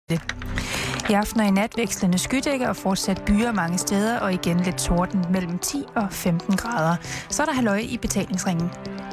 I aften og i nat vekslende skydække og fortsat byer mange steder, og igen lidt torden mellem 10 og 15 grader. Så er der halløj i betalingsringen.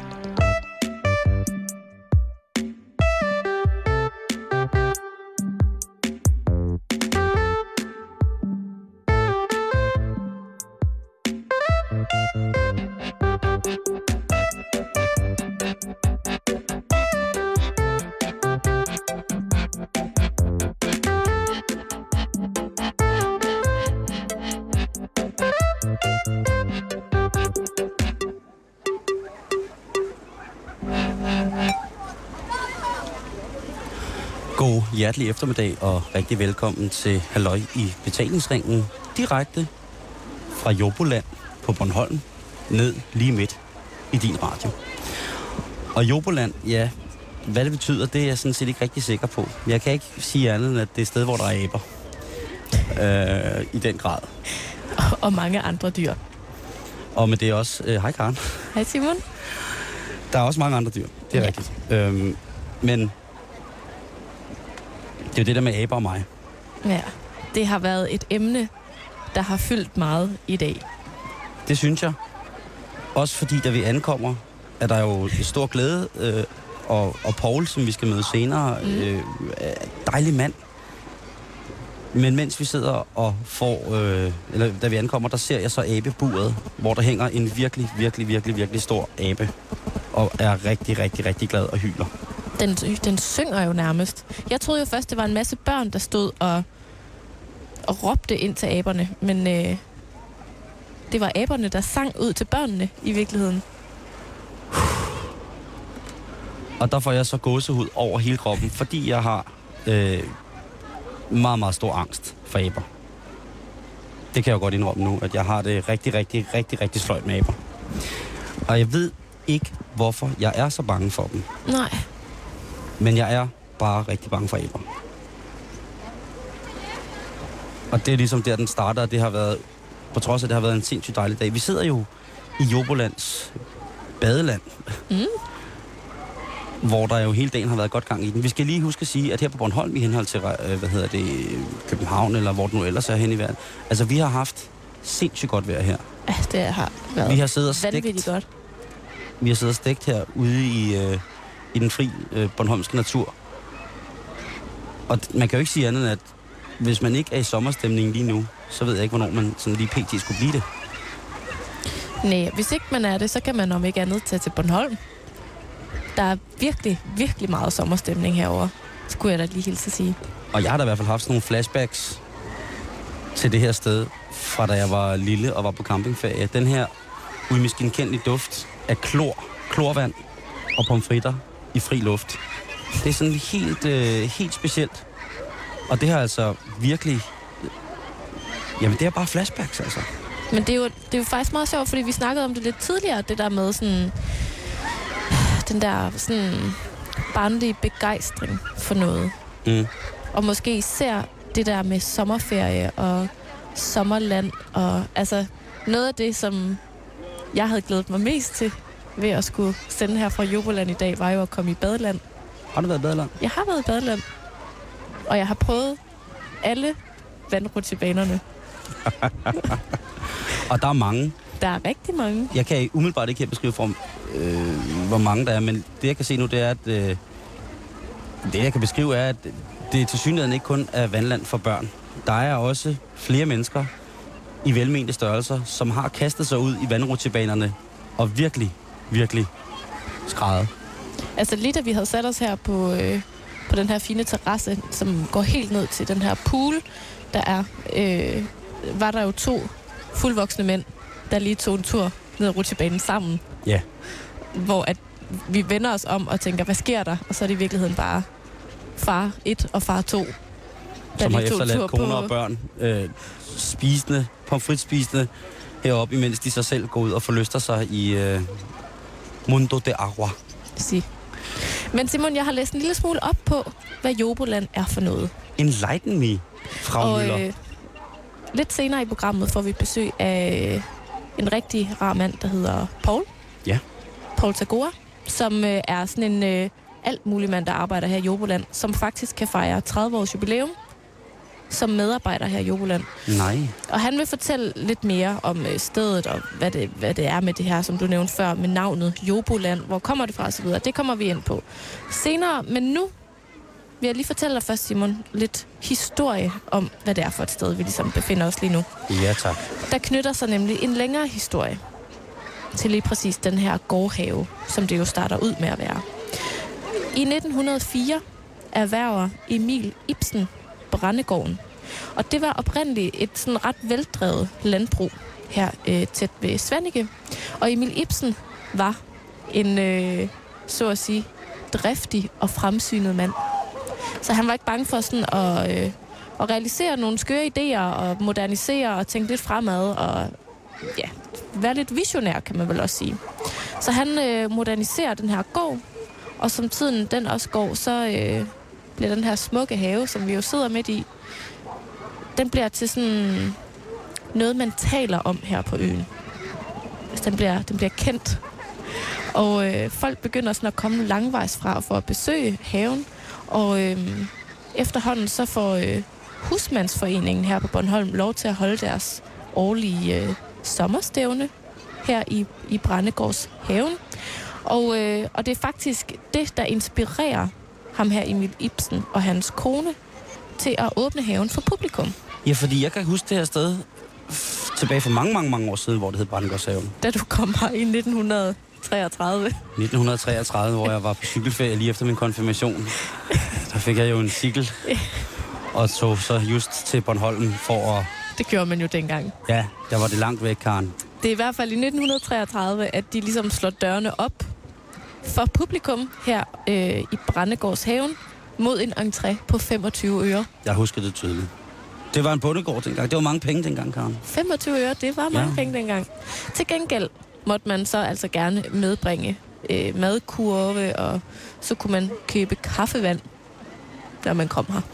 God hjertelig eftermiddag og rigtig velkommen til halløj i betalingsringen, direkte fra Joboland på Bornholm, ned lige midt i din radio. Og Joboland, ja, hvad det betyder, det er jeg sådan set ikke rigtig sikker på. Jeg kan ikke sige andet end, at det er et sted, hvor der er aber. I den grad. Og mange andre dyr. Og med det er også... Hej Karen. Hej Simon. Der er også mange andre dyr, det er rigtigt. Men... det er jo det der med aber og mig. Ja, det har været et emne, der har fyldt meget i dag. Det synes jeg. Også fordi, da vi ankommer, er der jo stor glæde. Og Paul, som vi skal møde senere, dejlig mand. Men mens vi sidder og får... eller da vi ankommer, der ser jeg så abeburet, hvor der hænger en virkelig stor abe. Og er rigtig glad og hyler. Den synger jo nærmest. Jeg troede jo først, det var en masse børn, der stod og råbte ind til aberne. Men det var aberne, der sang ud til børnene i virkeligheden. Og der får jeg så gåsehud over hele kroppen, fordi jeg har meget stor angst for aber. Det kan jeg jo godt indrømme nu, at jeg har det rigtig sløjt med aber. Og jeg ved ikke, hvorfor jeg er så bange for dem. Nej. Men jeg er bare rigtig bange for aber. Og det er ligesom der, den starter, og det har været, på trods af, det har været en sindssygt dejlig dag. Vi sidder jo i Jobolands badeland, hvor der jo hele dagen har været godt gang i den. Vi skal lige huske at sige, at her på Bornholm, i henhold til, København, eller hvor det nu ellers er hen i verden, altså vi har haft sindssygt godt vejr her. Ja, det har været vi har siddet og vanvittigt godt. Vi har siddet og stegt her ude i den fri bornholmske natur. Og man kan jo ikke sige andet end, at hvis man ikke er i sommerstemningen lige nu, så ved jeg ikke, hvornår man sådan lige pt. Skulle blive det. Nej, hvis ikke man er det, så kan man om ikke andet tage til Bornholm. Der er virkelig meget sommerstemning herovre, skulle jeg da lige hilse at sige. Og jeg har da i hvert fald haft sådan nogle flashbacks til det her sted, fra da jeg var lille og var på campingferie. Den her uimiskendelige duft af klorvand og pomfritter i fri luft. Det er sådan helt specielt. Og det har altså virkelig... Jamen, det er bare flashbacks, altså. Men det er jo faktisk meget sjovt, fordi vi snakkede om det lidt tidligere, det der med sådan... den der sådan barnlige begejstring for noget. Og måske især det der med sommerferie og sommerland. Og altså noget af det, som jeg havde glædet mig mest til ved at skulle sende her fra Joboland i dag, var jo at komme i badeland. Har du været i badeland? Jeg har været i badeland. Og jeg har prøvet alle vandrutsjebanerne. Og der er mange. Der er rigtig mange. Jeg kan umiddelbart ikke helt beskrive hvor mange der er, men det jeg kan se nu, det er, at det jeg kan beskrive er, at det tilsyneladende ikke kun er vandland for børn. Der er også flere mennesker i velmente størrelser, som har kastet sig ud i vandrutsjebanerne og virkelig skrædet. Altså lige da vi havde sat os her på den her fine terrasse, som går helt ned til den her pool, der er, var der jo 2 fuldvoksne mænd, der lige tog en tur ned ad rutsjebanen sammen. Ja. Hvor at vi vender os om og tænker, hvad sker der? Og så er det i virkeligheden bare far 1 og far 2. Som har efterladt koner og børn pomfritspisende heroppe, imens de så selv går ud og forlyster sig i Mundo de Agua. Men Simon, jeg har læst en lille smule op på, hvad Joboland er for noget. Enlighten me, Frau Müller. Lidt senere i programmet får vi besøg af en rigtig rar mand, der hedder Paul. Ja. Paul Tagora, som er sådan en alt muligt mand, der arbejder her i Joboland, som faktisk kan fejre 30 års jubilæum som medarbejder her i Joboland. Nej. Og han vil fortælle lidt mere om stedet, og hvad det er med det her, som du nævnte før, med navnet Joboland. Hvor kommer det fra, og så videre. Det kommer vi ind på senere. Men nu vil jeg lige fortælle dig først, Simon, lidt historie om, hvad det er for et sted, vi ligesom befinder os lige nu. Ja, tak. Der knytter sig nemlig en længere historie til lige præcis den her gårdhave, som det jo starter ud med at være. I 1904 erhverver Emil Ibsen Brændegården. Og det var oprindeligt et sådan ret veldrevet landbrug her tæt ved Svaneke. Og Emil Ibsen var en, så at sige, driftig og fremsynet mand. Så han var ikke bange for sådan at realisere nogle skøre idéer og modernisere og tænke lidt fremad og ja, være lidt visionær, kan man vel også sige. Så han moderniserer den her gård, og som tiden den også går, så bliver den her smukke have, som vi jo sidder midt i, den bliver til sådan noget, man taler om her på øen. Den bliver kendt. Og folk begynder sådan at komme langvejs fra for at besøge haven. Og efterhånden så får Husmandsforeningen her på Bornholm lov til at holde deres årlige sommerstævne her i Brændegårds haven. Og det er faktisk det, der inspirerer ham her, Emil Ibsen, og hans kone, til at åbne haven for publikum. Ja, fordi jeg kan huske det her sted tilbage for mange år siden, hvor det hed Brændegårdshaven. Da du kom her i 1933. 1933, hvor jeg var på cykelferie lige efter min konfirmation. Der fik jeg jo en cykel, og tog så just til Bornholm for at... Det gjorde man jo dengang. Ja, der var det langt væk, Karen. Det er i hvert fald i 1933, at de ligesom slår dørene op for publikum her i Brændegårdshaven mod en entré på 25 øre. Jeg husker det tydeligt. Det var en bondegård dengang. Det var mange penge dengang, Karen. 25 øre, det var mange penge dengang. Til gengæld måtte man så altså gerne medbringe madkurve, og så kunne man købe kaffevand, når man kom her.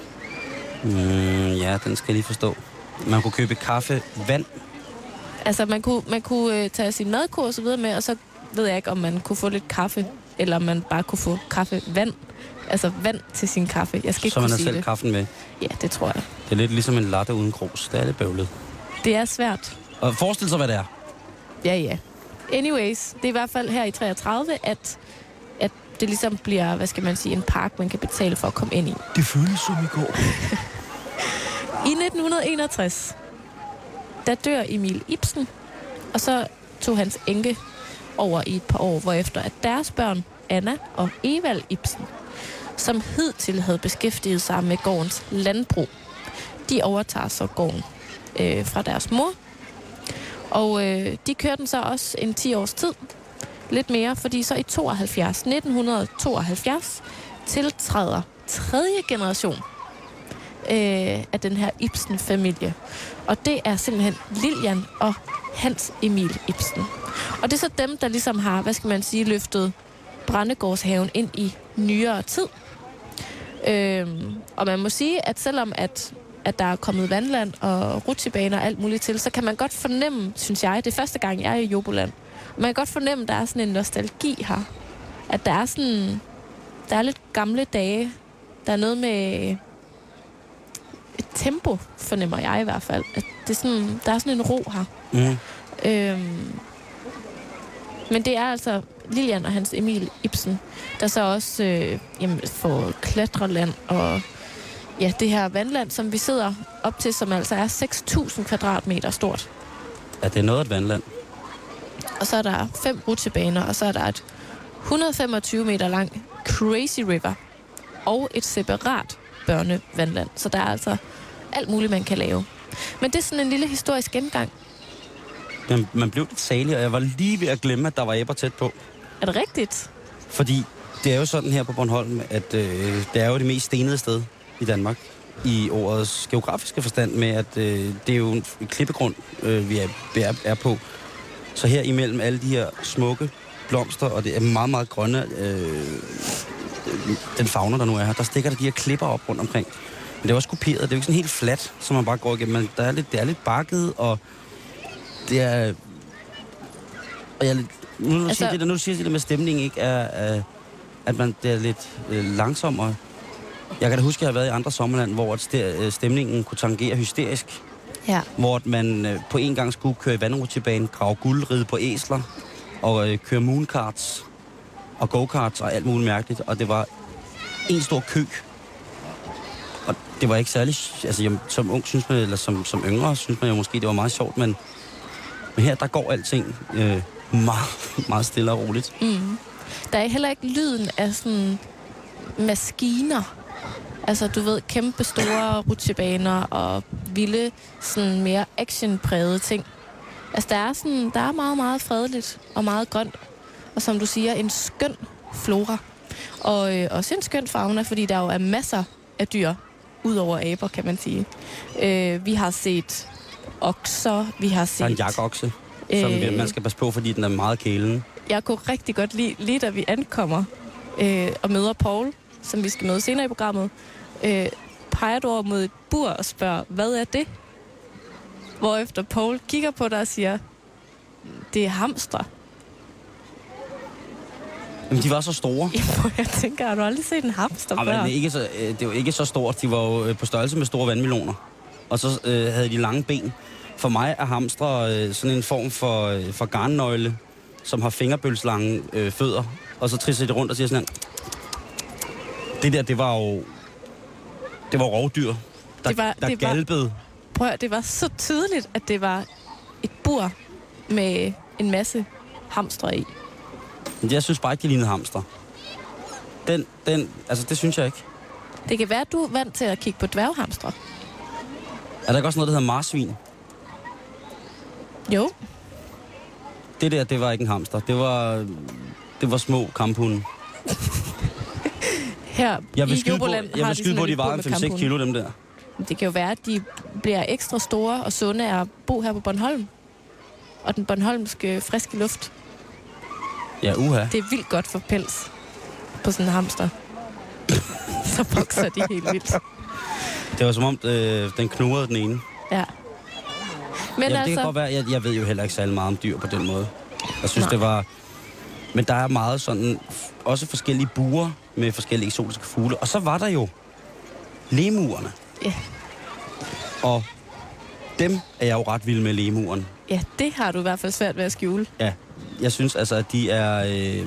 Ja, den skal jeg lige forstå. Man kunne købe kaffevand. Altså, man kunne tage sin madkurve og så videre med, og så ved jeg ikke, om man kunne få lidt kaffe, eller om man bare kunne få kaffevand. Altså vand til sin kaffe. Jeg skal ikke kunne sige det. Så man har selv kaffen med? Ja, det tror jeg. Det er lidt ligesom en latte uden grus. Det er lidt bøvlet. Det er svært. Og forestil sig, hvad det er. Ja. Anyways, det er i hvert fald her i 33, at det ligesom bliver, hvad skal man sige, en park, man kan betale for at komme ind i. Det føles som i går. I 1961, der dør Emil Ibsen, og så tog hans enke over i et par år, hvorefter at deres børn, Anna og Evald Ibsen, som hidtil havde beskæftiget sig med gårdens landbrug, de overtager så gården fra deres mor. Og de kører den så også en 10 års tid, lidt mere, fordi så i 1972, tiltræder tredje generation af den her Ibsen-familie. Og det er simpelthen Lilian og Hans Emil Ibsen. Og det er så dem, der ligesom har, hvad skal man sige, løftet Brændegårdshaven ind i nyere tid. Og man må sige, at selvom at der er kommet vandland og rutsjebaner og alt muligt til, så kan man godt fornemme, synes jeg, det er første gang, jeg er i Joboland, man kan godt fornemme, at der er sådan en nostalgi her. At der er sådan, der er lidt gamle dage. Der er noget med et tempo, fornemmer jeg i hvert fald. At det er sådan, der er sådan en ro her. Men det er altså Lilian og Hans Emil Ibsen, der så også får klatreland og ja, det her vandland, som vi sidder op til, som altså er 6.000 kvadratmeter stort. Ja, det er noget af et vandland. Og så er der 5 rutsjebaner, og så er der et 125 meter lang Crazy River og et separat børnevandland. Så der er altså alt muligt, man kan lave. Men det er sådan en lille historisk gennemgang. Man blev lidt salig, og jeg var lige ved at glemme, at der var æbber tæt på. Er det rigtigt? Fordi det er jo sådan her på Bornholm, at det er jo det mest stenede sted i Danmark. I ordets geografiske forstand med, at det er jo en klippegrund, vi er på. Så her imellem alle de her smukke blomster, og det er meget, meget grønne, den fauna, der nu er her, der stikker der de her klipper op rundt omkring. Men det er også kuperet, det er jo ikke sådan helt fladt, som man bare går igennem. Men det er lidt bakket, og det er... Og jeg, nu siger det med stemningen ikke er at det er lidt langsommere. Jeg kan da huske, at jeg har været i andre sommerland, hvor stemningen kunne tangere hysterisk. Ja. Hvor man på en gang skulle køre i vandrutsjebane, grave guld, ride på æsler, og køre mooncarts og go-karts og alt muligt mærkeligt. Og det var en stor kø. Og det var ikke særlig... Altså, som ung synes man, eller som yngre synes man jo måske, det var meget sjovt, men her, der går alting meget, meget stille og roligt. Mm. Der er heller ikke lyden af sådan maskiner. Altså, du ved, kæmpe store rutsjebaner og vilde, sådan mere actionprægede ting. Altså, der er meget, meget fredeligt og meget grønt. Og som du siger, en skøn flora. Og også en skøn fauna, fordi der jo er masser af dyr, udover aber, kan man sige. Vi har set okser, vi har set... Der er en jakokse, som man skal passe på, fordi den er meget kælen. Jeg kunne rigtig godt lide, lige da vi ankommer og møder Paul, som vi skal møde senere i programmet, peger du over mod et bur og spørger, hvad er det? Hvorefter Paul kigger på dig og siger, det er hamstre. Jamen, de var så store. Jeg tænker, har du aldrig set en hamster før? Det var ikke så stort. De var jo på størrelse med store vandmeloner. Og så havde de lange ben. For mig er hamstre sådan en form for garnnøgle, som har fingerbølslange fødder. Og så trisser de rundt og siger sådan her. Det var rovdyr, der galpede. Prøv at, det var så tydeligt, at det var et bur med en masse hamstre i. Jeg synes bare ikke, de lignede hamstre. Altså, det synes jeg ikke. Det kan være, at du er vant til at kigge på dværghamstre. Er der ikke også noget, der hedder marsvin? Jo. Det var ikke en hamster. Det var små kamphunde. Her i Joboland jeg vil skyde på, at de var 5-6 kilo, dem der. Det kan jo være, at de bliver ekstra store og sunde af at bo her på Bornholm. Og den bornholmske friske luft. Ja, uha. Det er vildt godt for pels på sådan en hamster. Så vokser de helt vildt. Det var som om, den knurrede den ene. Ja. Men det kan godt være, jeg ved jo heller ikke særlig meget om dyr på den måde. Jeg synes, det var... Men der er meget sådan... Også forskellige buer med forskellige eksotiske fugle. Og så var der jo lemuerne. Ja. Og dem er jeg jo ret vild med, lemuren. Ja, det har du i hvert fald svært ved at skjule. Ja, jeg synes altså, at de er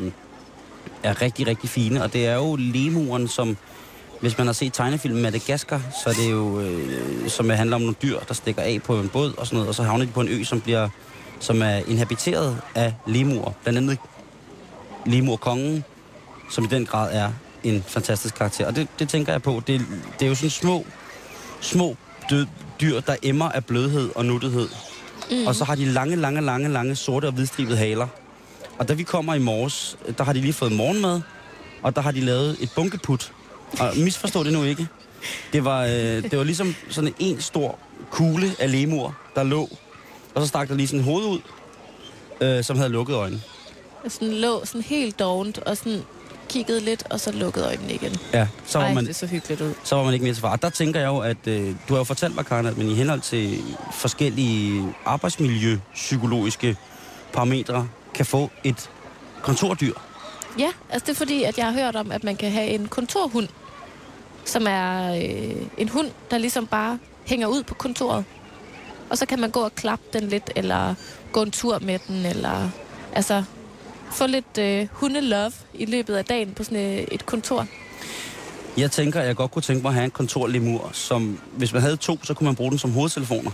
rigtig, rigtig fine. Og det er jo lemuren, som... Hvis man har set tegnefilmen Madagaskar, så er det jo, som handler om nogle dyr, der stikker af på en båd og sådan noget, og så havner de på en ø, som er inhabiteret af lemurer. Blandt andet lemurkongen, som i den grad er en fantastisk karakter. Og det tænker jeg på. Det er jo sådan små dyr, der emmer af blødhed og nuttighed. Mm. Og så har de lange, sorte og hvidstribede haler. Og da vi kommer i morges, der har de lige fået morgenmad, og der har de lavet et bunkeput. Og misforstå det nu ikke. Det var ligesom sådan en stor kugle af lemur, der lå. Og så stak der lige sådan en hoved ud, som havde lukket øjnene. Og sådan lå sådan helt dovent, og sådan kiggede lidt, og så lukkede øjnene igen. Ja, så var man, det så hyggeligt ud. Så var man ikke mere til far. Der tænker jeg jo, at du har jo fortalt mig, Karen, at man i henhold til forskellige arbejdsmiljøpsykologiske parametre kan få et kontordyr. Ja, altså det er fordi, at jeg har hørt om, at man kan have en kontorhund, som er en hund, der ligesom bare hænger ud på kontoret. Og så kan man gå og klappe den lidt, eller gå en tur med den, eller altså få lidt hundelove i løbet af dagen på sådan et kontor. Jeg tænker, at jeg godt kunne tænke mig at have en kontorlemur, som hvis man havde 2, så kunne man bruge den som hovedtelefoner.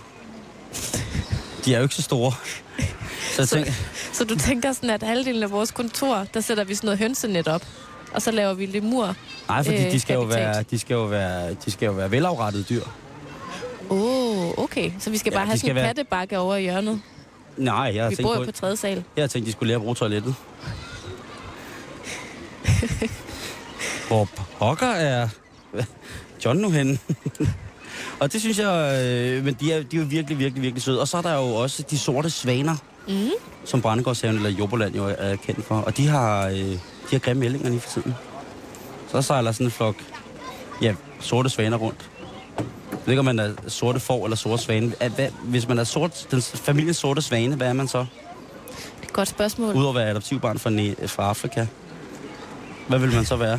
De er jo ikke så store. Så du tænker sådan, at halvdelen af vores kontor, der sætter vi sådan noget hønsenet op, og så laver vi lemur. Nej, fordi de skal jo være velafrettede dyr. Okay. Så vi skal bare have sådan en kattebakke over i hjørnet. Nej, jeg har vi tænkt bor jo på 3. sal. Jeg har tænkt, de skulle lære at bruge toilettet. Hvor pokker er John nu henne? Og det synes jeg, men de er jo virkelig, virkelig, virkelig søde. Og så er der jo også de sorte svaner, som Brændegårdshaven eller Joboland jo er kendt for. Og de har grimme ællinger lige for tiden. Så sejler sådan en flok sorte svaner rundt. Jeg ved ikke, om man er sorte får eller sorte svane. Hvis man er den familiens sorte svane, hvad er man så? Det er et godt spørgsmål. Udover at være adoptivbarn fra Afrika. hvad vil man så være?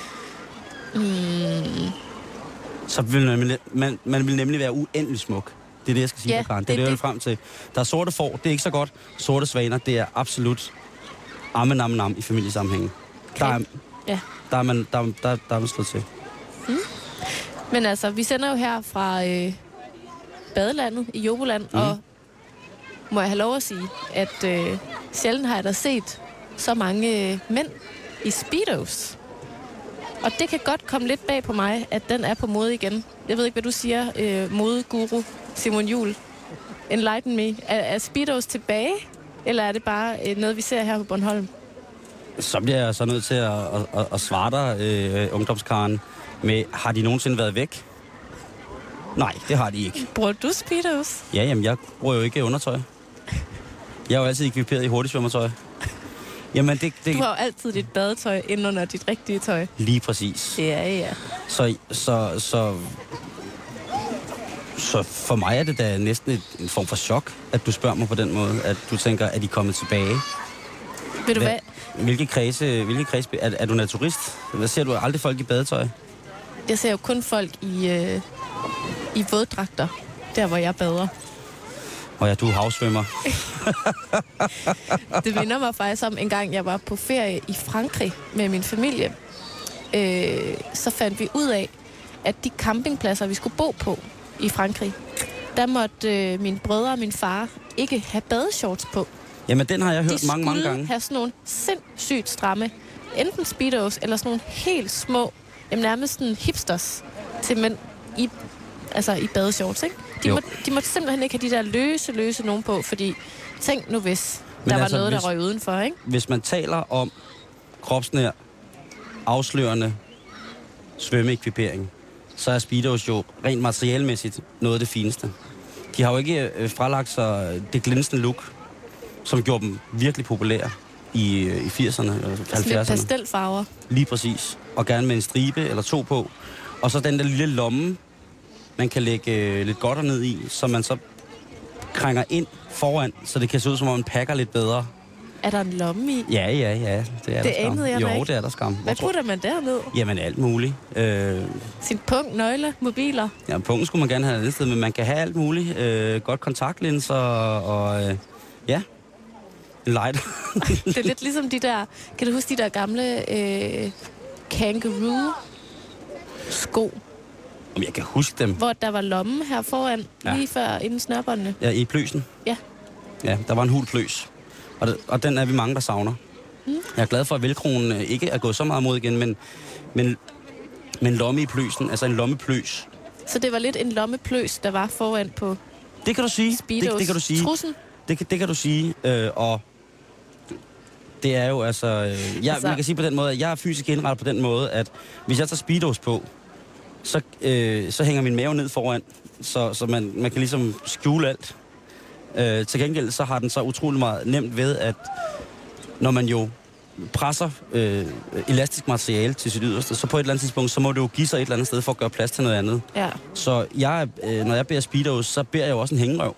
Så vil man vil nemlig være uendelig smuk. Det er det, jeg skal sige, Karen. Det er det, jeg vil frem til. Der er sorte får, det er ikke så godt. Sorte svaner, det er absolut nam i familiesammenhængen. Okay. Der er man slået til. Men altså, vi sender jo her fra badelandet i Joboland, og må jeg have lov at sige, at sjældent har jeg da set så mange mænd i speedos. Og det kan godt komme lidt bag på mig, at den er på mode igen. Jeg ved ikke, hvad du siger, modeguru Simon Juhl. Enlighten me. Er speedos tilbage, eller er det bare noget, vi ser her på Bornholm? Så bliver jeg så nødt til at svare dig, ungdomskaren, med, har de nogensinde været væk? Nej, det har de ikke. Bruger du speedos? Ja, jamen, jeg bruger jo ikke undertøj. Jeg er jo altid ekviperet i hurtigsvømmertøj. Jamen, det... Du har jo altid dit badetøj inden under dit rigtige tøj. Lige præcis. Ja. Så for mig er det da næsten en form for chok, at du spørger mig på den måde, at du tænker, at de er kommet tilbage. Ved du hvad? Hvilke kredse er du naturist? Hvad ser du aldrig folk i badetøj? Jeg ser jo kun folk i våddragter, der hvor jeg bader. Og ja, du er havsvømmer. Det minder mig faktisk om en gang, jeg var på ferie i Frankrig med min familie. Så fandt vi ud af, at de campingpladser, vi skulle bo på i Frankrig, der måtte mine brødre og min far ikke have badeshorts på. Jamen, den har jeg hørt mange gange. De skulle have sådan nogle sindssygt stramme, enten speedos eller sådan nogle helt små, nærmest sådan hipsters til mænd i badeshorts, ikke? De måtte simpelthen ikke have de der løse nogen på, fordi tænk nu hvis der var noget, der røg udenfor, ikke? Hvis man taler om kropsnær, afslørende svømmeekvipering, så er speedos jo rent materialmæssigt noget af det fineste. De har jo ikke fralagt sig det glinsende look, som gjorde dem virkelig populære i 80'erne og 70'erne. Lidt pastelfarver. Lige præcis. Og gerne med en stribe eller to på. Og så den der lille lomme, man kan lægge lidt godter ned i, så man så krænger ind foran, så det kan se ud som om man pakker lidt bedre. Er der en lomme i? Ja. Det er det der skam. Anede jeg jo, ikke. Det er der skam. Hvad putter man derned? Jamen alt muligt. Sin punkt, nøgle, mobiler? Ja, punkten skulle man gerne have et andet sted, men man kan have alt muligt. Godt kontaktlinser og ja, en lighter. Det er lidt ligesom de der, kan du huske de der gamle kangaroo-sko? Om jeg kan huske dem. Hvor der var lomme her foran, lige før inden snørbåndene. Ja, i pløsen. Ja. Ja, der var en hul pløs. Og den er vi mange, der savner. Jeg er glad for, at velcronen ikke er gået så meget mod igen, men lomme i pløsen, altså en lommepløs. Så det var lidt en lommepløs, der var foran på det kan du sige. Speedos. Det kan du sige. Trussen. Det kan du sige, og det er jo altså... man kan sige på den måde, at jeg er fysisk indrettet på den måde, at hvis jeg tager speedos på, så hænger min mave ned foran, så man kan ligesom skjule alt. Til gengæld så har den så utrolig meget nemt ved, at når man jo presser elastisk materiale til sit yderste, så på et eller andet tidspunkt, så må det jo give sig et eller andet sted for at gøre plads til noget andet. Ja. Så når jeg beder speedos, så beder jeg jo også en hængerøv.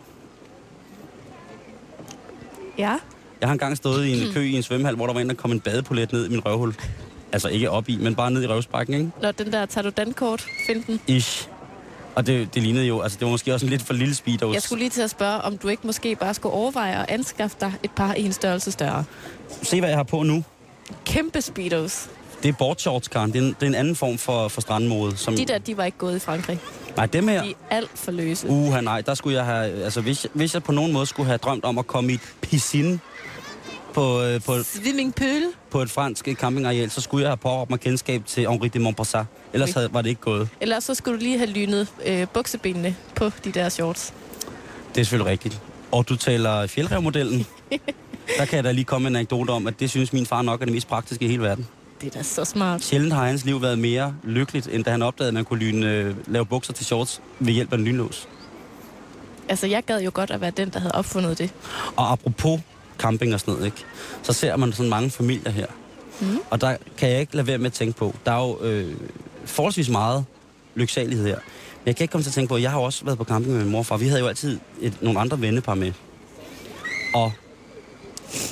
Ja. Jeg har engang stået i en kø i en svømmehal, hvor der var en, der kom en badepolet ned i min røvhul. Altså ikke op i, men bare ned i røvsprækken, ikke? Når den der tager du dankort, find den. Ish. Og det lignede jo, altså det var måske også en lidt for lille speedos. Jeg skulle lige til at spørge, om du ikke måske bare skulle overveje at anskaffe dig et par i en størrelse større. Se, hvad jeg har på nu. Kæmpe speedos. Det er boardshorts, Karen. Det er en anden form for strandmode. Som... De var ikke gået i Frankrig. Nej, dem her... De er alt for løse. Nej, der skulle jeg have... Altså, hvis jeg på nogen måde skulle have drømt om at komme i et piscine på swimmingpool på et fransk campingareal, så skulle jeg have påråbt mig kendskab til Henri de Montpassat. Ellers var det ikke gået. Ellers så skulle du lige have lynet buksebenene på de der shorts. Det er selvfølgelig rigtigt. Og du taler fjeldrevmodellen. Der kan jeg da lige komme en anekdote om, at det synes min far nok er det mest praktiske i hele verden. Det er da så smart. Sjældent har hans liv været mere lykkeligt, end da han opdagede, at man kunne lave bukser til shorts ved hjælp af en lynlås. Altså, jeg gad jo godt at være den, der havde opfundet det. Og apropos camping og sådan noget, ikke? Så ser man sådan mange familier her. Og der kan jeg ikke lade være med at tænke på. Der er jo forholdsvis meget lyksalighed her. Men jeg kan ikke komme til at tænke på, at jeg har også været på camping med min mor og far. Vi havde jo altid nogle andre vennepar med. Og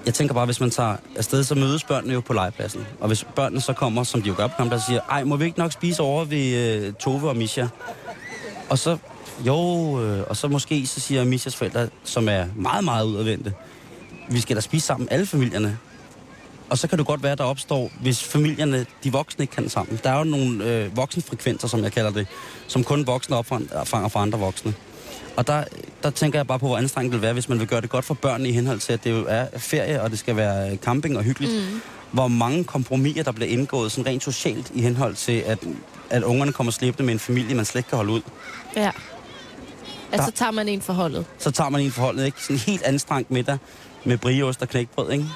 jeg tænker bare, hvis man tager afsted, så mødes børnene jo på legepladsen. Og hvis børnene så kommer, som de jo gør på campingpladsen, siger, ej, må vi ikke nok spise over ved Tove og Misha? Og så, og så måske så siger Mishas forældre, som er meget, meget udadvendte, vi skal da spise sammen, alle familierne. Og så kan det godt være, der opstår, hvis familierne, de voksne ikke kan sammen. Der er jo nogle voksenfrekvenser, som jeg kalder det, som kun voksne opfanger for andre voksne. Og der tænker jeg bare på, hvor anstrengt det vil være, hvis man vil gøre det godt for børnene i henhold til, at det jo er ferie, og det skal være camping og hyggeligt. Hvor mange kompromiser, der bliver indgået sådan rent socialt i henhold til, at ungerne kommer slæbende med en familie, man slet ikke kan holde ud. Ja. Altså, så tager man en forholdet. Så tager man en forholdet, ikke? Sådan helt anstrengt middag med brieost og knækbrød, ikke?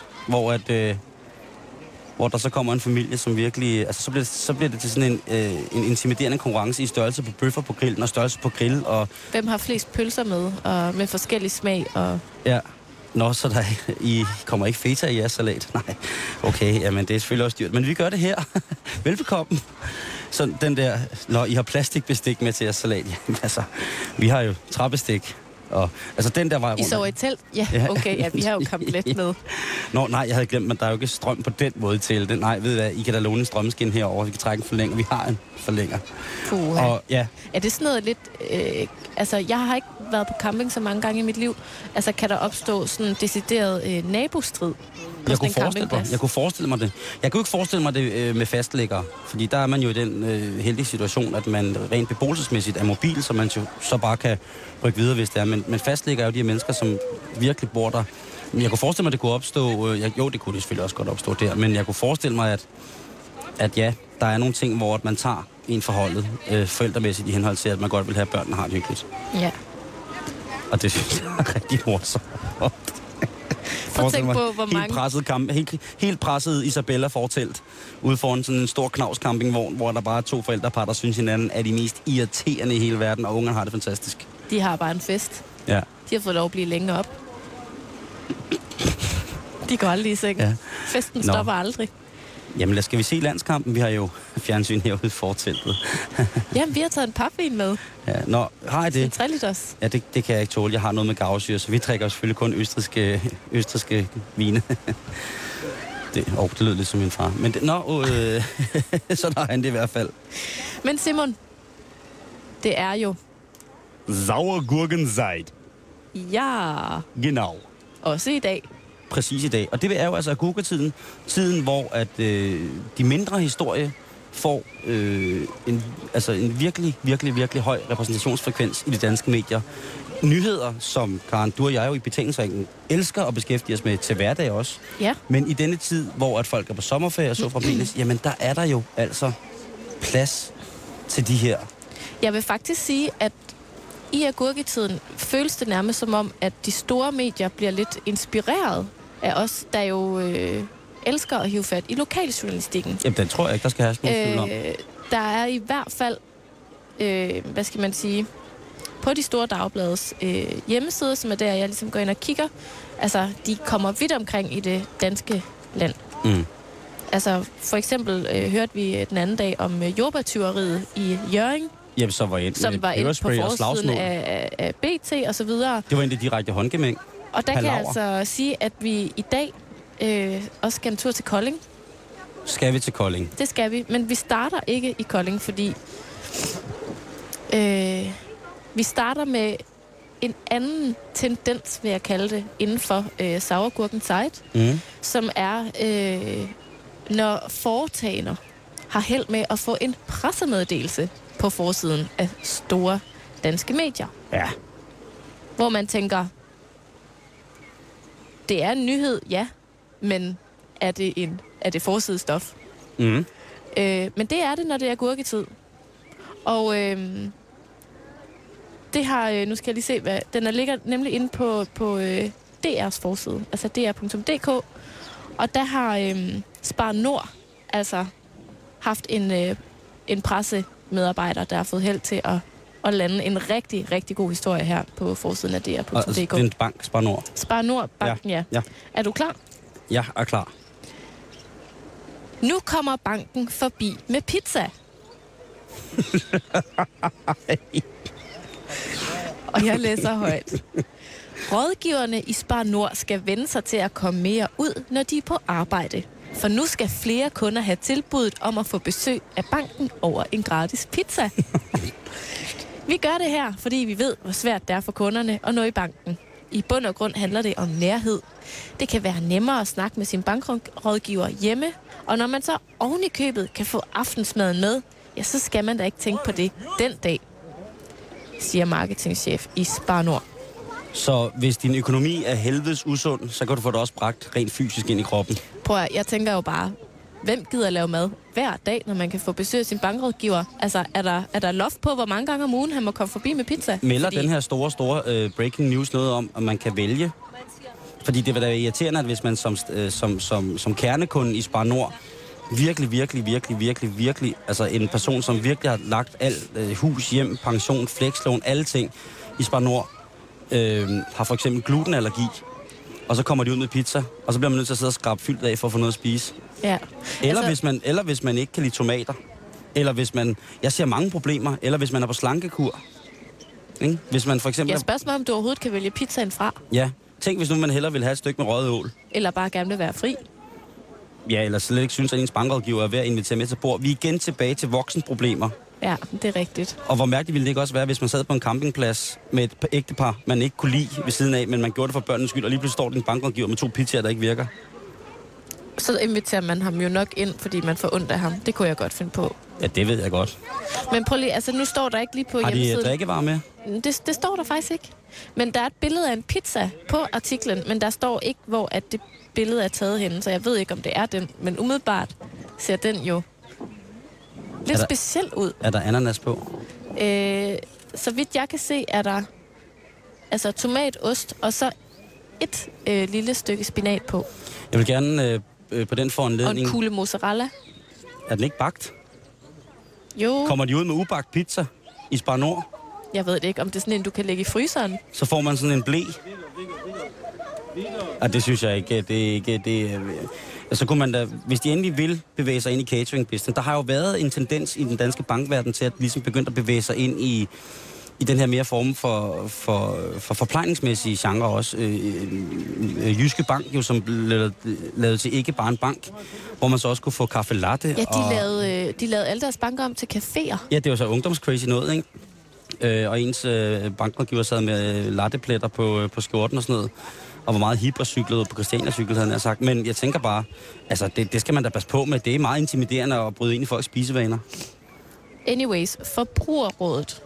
Hvor der så kommer en familie, som virkelig... Altså, så bliver det til sådan en intimiderende konkurrence i størrelse på bøffer på grillen og størrelse på grill. Og hvem har flest pølser med, og med forskellig smag? Og ja. Nå, så I kommer ikke feta i jeres salat? Nej. Okay, jamen det er selvfølgelig også dyrt. Men vi gør det her. Velbekomme. Så den der... Når I har plastikbestik med til jeres salat, jamen altså... Vi har jo træbestik. Og, altså den der vej rundt. I sover i telt? Ja, okay, ja, vi har jo komplet med. Nå, nej, jeg havde glemt, men der er jo ikke strøm på den måde til det. Nej, ved du hvad, I kan da låne en strømskin herover, vi kan trække en forlænger. Vi har en forlænger. Og, ja. Er det sådan noget lidt... altså, jeg har ikke været på camping så mange gange i mit liv. Altså, kan der opstå sådan en decideret nabostrid? Jeg kunne forestille mig det. Jeg kunne ikke forestille mig det med fastlæggere, fordi der er man jo i den heldige situation, at man rent beboelsesmæssigt er mobil, så man så bare kan rykke videre, hvis det er. Men fastlæggere er jo de her mennesker, som virkelig bor der. Men jeg kunne forestille mig, at det kunne opstå... det kunne det selvfølgelig også godt opstå der, men jeg kunne forestille mig, at ja, der er nogle ting, hvor man tager en forholdet forældremæssigt i henhold til, at man godt vil have, at børnene har det hyggeligt. Ja. Og det synes jeg er rigtig morsomt. Prøv at tænke på, hvor mange... Helt presset Isabella fortelt ude foran sådan en stor Knaus campingvogn, hvor der bare er 2 forældrepar, der synes hinanden er de mest irriterende i hele verden, og ungerne har det fantastisk. De har bare en fest. Ja. De har fået lov at blive længe op. De går aldrig i seng. Ja. Festen stopper aldrig. Jamen, skal vi se landskampen? Vi har jo fjernsyn herude i forteltet. Jamen, vi har taget en papvin med. Ja, har I det? 3 liters. Ja, det kan jeg ikke tåle. Jeg har noget med gavsyre, så vi drikker selvfølgelig kun østrigske vine. Det lød lidt som min far. Men så der er han det i hvert fald. Men Simon, det er jo... Sauergurkenzeit. Ja. Genau. Også i dag. Præcis i dag. Og det er jo altså agurketiden. Tiden, hvor at de mindre historier får en virkelig, virkelig, virkelig høj repræsentationsfrekvens i de danske medier. Nyheder, som Karen, du og jeg jo i betalingsringen elsker at beskæftige os med til hverdag også. Ja. Men i denne tid, hvor at folk er på sommerferie og så fremdeles, jamen der er der jo altså plads til de her. Jeg vil faktisk sige, at i agurketiden føles det nærmest som om, at de store medier bliver lidt inspireret af os, der jo elsker at hive fat i lokaljournalistikken. Jamen, den tror jeg ikke, der skal have spørgsmål om. Der er i hvert fald, hvad skal man sige, på de store dagbladets hjemmesider, som er der, jeg ligesom går ind og kigger. Altså, de kommer vidt omkring i det danske land. Mm. Altså, for eksempel hørte vi den anden dag om jordbærtyveriet i Hjørring. Jamen, som var inde på forsiden af BT og så videre. Det var en af de direkte håndgemæng. Og der kan jeg altså sige, at vi i dag også skal en tur til Kolding. Skal vi til Kolding? Det skal vi, men vi starter ikke i Kolding, fordi vi starter med en anden tendens, vil jeg kalde det, inden for Sauergurkenzeit, som er, når foretagender har held med at få en pressemeddelelse på forsiden af store danske medier. Ja. Hvor man tænker, det er en nyhed, ja, men er det forsidestof? Mm. Men det er det, når det er agurketid. Og det har, nu skal jeg lige se, hvad den ligger nemlig inde på DR's forside, altså dr.dk, og der har Spar Nord altså haft en pressemedarbejder, der har fået held til at lande en rigtig, rigtig god historie her på forsiden af dr.dk. Altså, det er en bank, Spar Nord. Spar Nord, banken, ja. Er du klar? Jeg er klar. Nu kommer banken forbi med pizza. Og jeg læser højt. Rådgiverne i Spar Nord skal vende sig til at komme mere ud, når de er på arbejde. For nu skal flere kunder have tilbuddet om at få besøg af banken over en gratis pizza. Vi gør det her, fordi vi ved, hvor svært det er for kunderne at nå i banken. I bund og grund handler det om nærhed. Det kan være nemmere at snakke med sin bankrådgiver hjemme, og når man så oven i købet kan få aftensmaden med, ja, så skal man da ikke tænke på det den dag, siger marketingchef i Spar Nord. Så hvis din økonomi er helvedes usund, så kan du få det også bragt rent fysisk ind i kroppen. Prøv at, jeg tænker jo bare, hvem gider lave mad hver dag, når man kan få besøg af sin bankrådgiver? Altså, er der loft på, hvor mange gange om ugen han må komme forbi med pizza? Melder den her store breaking news noget om, at man kan vælge? Fordi det vil da være irriterende, at hvis man som kernekunde i Spar Nord virkelig, altså en person, som virkelig har lagt alt hus, hjem, pension, flekslån, alle ting i Spar Nord, har for eksempel glutenallergi, og så kommer de ud med pizza, og så bliver man nødt til at sidde og skrabe fyldt af for at få noget at spise. Ja. Eller hvis man ikke kan lide tomater, eller hvis man, jeg ser mange problemer, eller hvis man er på slankekur. Ikke? Hvis man for eksempel... Jeg spørger mig, om du overhovedet kan vælge pizzaen fra. Ja. Tænk, hvis nu man hellere vil have et stykke med røget ål. Eller bare gerne vil være fri. Ja, eller slet ikke synes, at ens bankrådgiver er ved at invitere med til bord. Vi er igen tilbage til voksenproblemer. Ja, det er rigtigt. Og hvor mærkeligt ville det ikke også være, hvis man sad på en campingplads med et ægtepar, man ikke kunne lide ved siden af, men man gjorde det for børnenes skyld, og lige pludselig står din bankrådgiver med 2 pizzaer, der ikke virker. Så inviterer man ham jo nok ind, fordi man får ondt af ham. Det kunne jeg godt finde på. Ja, det ved jeg godt. Men prøv lige, altså nu står der ikke lige på hjemmesiden. Har de drikkevarer med? Det står der faktisk ikke. Men der er et billede af en pizza på artiklen, men der står ikke, hvor at det billede er taget henne, så jeg ved ikke, om det er den. Men umiddelbart ser den jo lidt speciel ud. Er der ananas på? Så vidt jeg kan se, er der altså tomat, ost og så et lille stykke spinat på. Jeg vil gerne på den foranledning... Og en kugle mozzarella. Er den ikke bagt? Jo. Kommer de ud med ubagt pizza i Spar Nord? Jeg ved det ikke, om det er sådan en, du kan lægge i fryseren. Så får man sådan en ble. Ja, det synes jeg ikke. Så kunne man da, hvis de endelig vil bevæge sig ind i catering-business, der har jo været en tendens i den danske bankverden til at ligesom begynde at bevæge sig ind i den her mere form for forplejningsmæssige genre også. Jyske Bank, jo, som lavede til ikke bare en bank, hvor man så også kunne få kaffe latte. Ja, de lavede alle deres banker om til caféer. Ja, det var så ungdomscrazy noget, ikke? Og ens bankrådgiver sad med lattepletter på skjorten og sådan noget, og var meget hip og cyklede på Christiania-cykel, havde jeg sagt. Men jeg tænker bare, altså det skal man da passe på med. Det er meget intimiderende at bryde ind i folks spisevaner. Anyways, Forbrugerrådet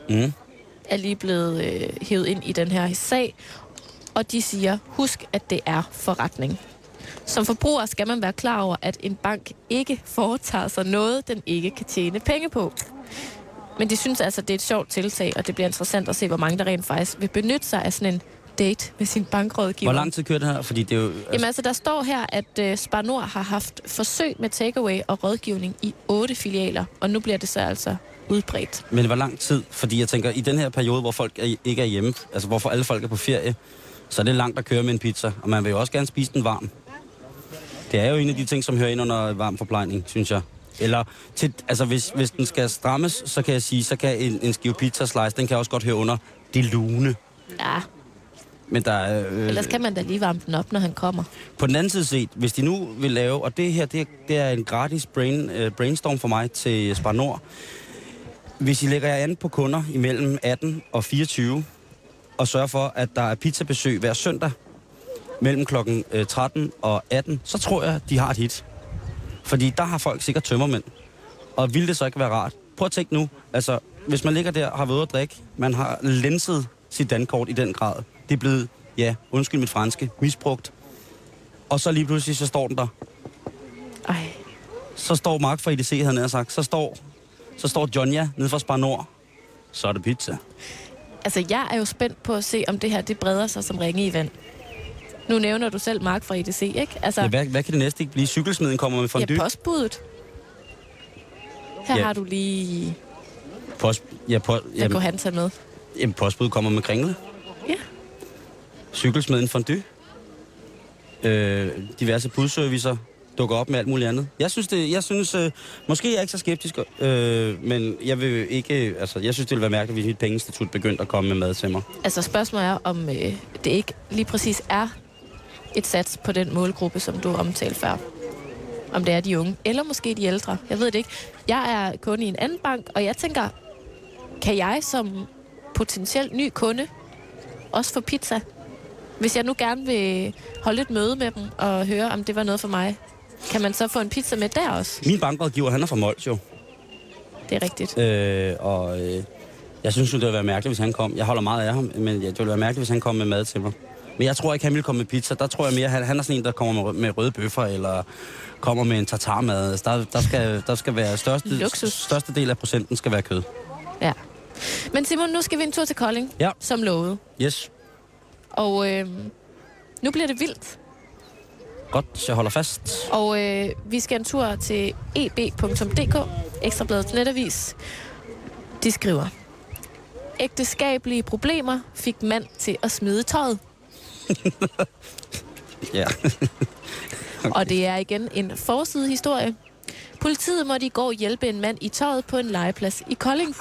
er lige blevet hævet ind i den her sag, og de siger, husk, at det er forretning. Som forbruger skal man være klar over, at en bank ikke foretager sig noget, den ikke kan tjene penge på. Men de synes altså, det er et sjovt tiltag, og det bliver interessant at se, hvor mange der rent faktisk vil benytte sig af sådan en date med sin bankrådgiver. Hvor lang tid kører det her? Fordi det er jo, Jamen altså, der står her, at Spar Nord har haft forsøg med takeaway og rådgivning i 8 filialer, og nu bliver det så altså udbredt. Men hvor lang tid? Fordi jeg tænker, i den her periode, hvor folk ikke er hjemme, altså hvorfor alle folk er på ferie, så er det langt at køre med en pizza, og man vil jo også gerne spise den varm. Det er jo en af de ting, som hører ind under varm forplejning, synes jeg. Eller, altså hvis den skal strammes, så kan jeg sige, så kan en skive pizza slice, den kan også godt høre under det lune. Ja. Men der er... Ellers kan man da lige varme den op, når han kommer. På den anden side set, hvis de nu vil lave, og det her, det er en gratis brainstorm for mig til Spar Nord. Hvis I lægger jer an på kunder imellem 18 og 24, og sørger for, at der er pizzabesøg hver søndag mellem klokken 13 og 18, så tror jeg, de har et hit. Fordi der har folk sikkert tømmermænd. Og ville det så ikke være rart? Prøv at tænke nu, altså, hvis man ligger der og har været ude at drikke, man har lenset sit dankort i den grad. Det er blevet, ja, undskyld mit franske, misbrugt. Og så lige pludselig, så står den der. Ej. Så står Mark fra IDC, havde han sagt. Så står Jonja nede fra Spar Nord. Så er det pizza. Altså, jeg er jo spændt på at se, om det her, det breder sig som ringe i vand. Nu nævner du selv Mark fra IDC, ikke? Altså, ja, hvad kan det næste ikke blive? Cykelsmeden kommer med fondue? Ja, postbuddet. Her har du lige... Hvad kunne han tage med? Jamen, postbuddet kommer med kringle. Ja. Cykelsmeden fondue. Diverse budservicer. dukker op med alt muligt andet. Jeg synes måske er jeg ikke så skeptisk, men jeg vil ikke, altså, jeg synes, det ville være mærkeligt, hvis mit pengeinstitut begyndte at komme med mad til mig. Altså spørgsmålet er, om det ikke lige præcis er et sats på den målgruppe, som du omtalte før. Om det er de unge, eller måske de ældre. Jeg ved det ikke. Jeg er kunde i en anden bank, og jeg tænker, kan jeg som potentielt ny kunde også få pizza? Hvis jeg nu gerne vil holde et møde med dem og høre, om det var noget for mig, kan man så få en pizza med der også? Min bankrådgiver, han er fra Mols jo. Det er rigtigt. Jeg synes jo, det ville være mærkeligt, hvis han kom. Jeg holder meget af ham, men det ville være mærkeligt, hvis han kom med mad til mig. Men jeg tror ikke, han ville komme med pizza. Der tror jeg mere, han er sådan en, der kommer med røde bøffer, eller kommer med en tartarmad. Altså, der skal være største del af procenten skal være kød. Ja. Men Simon, nu skal vi en tur til Kolding, som lovet. Yes. Og nu bliver det vildt. Godt, jeg holder fast. Og vi skal en tur til eb.dk, Ekstrabladets netavis. De skriver: ægteskabelige problemer fik mand til at smide tøjet. Ja. Okay. Og det er igen en forsidehistorie. Politiet måtte i går hjælpe en mand i tøjet på en legeplads i Kolding.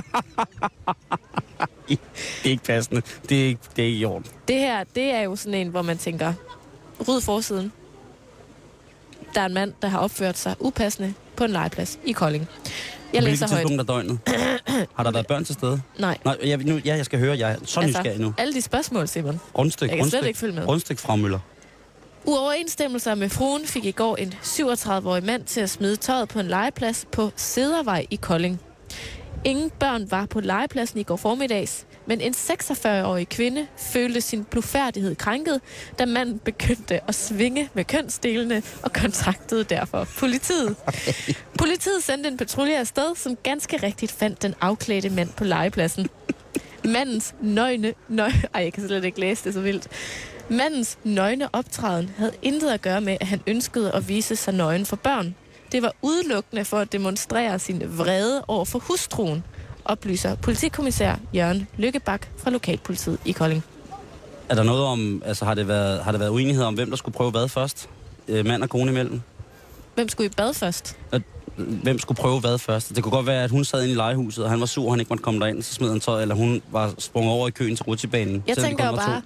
Det er ikke passende. Det er ikke i orden. Det her, det er jo sådan en, hvor man tænker, ryd forsiden. Der er en mand, der har opført sig upassende på en legeplads i Kolding. Jeg læser højt. Hvilket tidspunkt af døgnet? Har der været børn til stede? Nej. Jeg skal høre. Jeg er så nysgerrig nu. Alle de spørgsmål, Simon. Jeg kan slet ikke følge med. Rundstyk fra Møller. Uoverensstemmelser med fruen fik i går en 37-årig mand til at smide tøjet på en legeplads på Cedervej i Kolding. Ingen børn var på legepladsen i går formiddags, men en 46-årig kvinde følte sin blufærdighed krænket, da manden begyndte at svinge med kønsdelene og kontaktede derfor politiet. Politiet sendte en patrulje afsted, som ganske rigtigt fandt den afklædte mand på legepladsen. Mandens jeg kan slet ikke læse det så vildt. Mandens nøgne optræden havde intet at gøre med, at han ønskede at vise sig nøgen for børn. Det var udelukkende for at demonstrere sin vrede over for hustruen, oplyser politikommissær Jørgen Lykkebak fra Lokalpolitiet i Kolding. Er der noget om, altså har det været uenighed om, hvem der skulle prøve hvad først? Mand og kone imellem? Hvem skulle i bad først? Hvem skulle prøve hvad først? Det kunne godt være, at hun sad inde i legehuset, og han var sur, og han ikke måtte komme derind, så smed han tøj, eller hun var sprunget over i køen til rutsjebanen. Jeg tænker jo bare,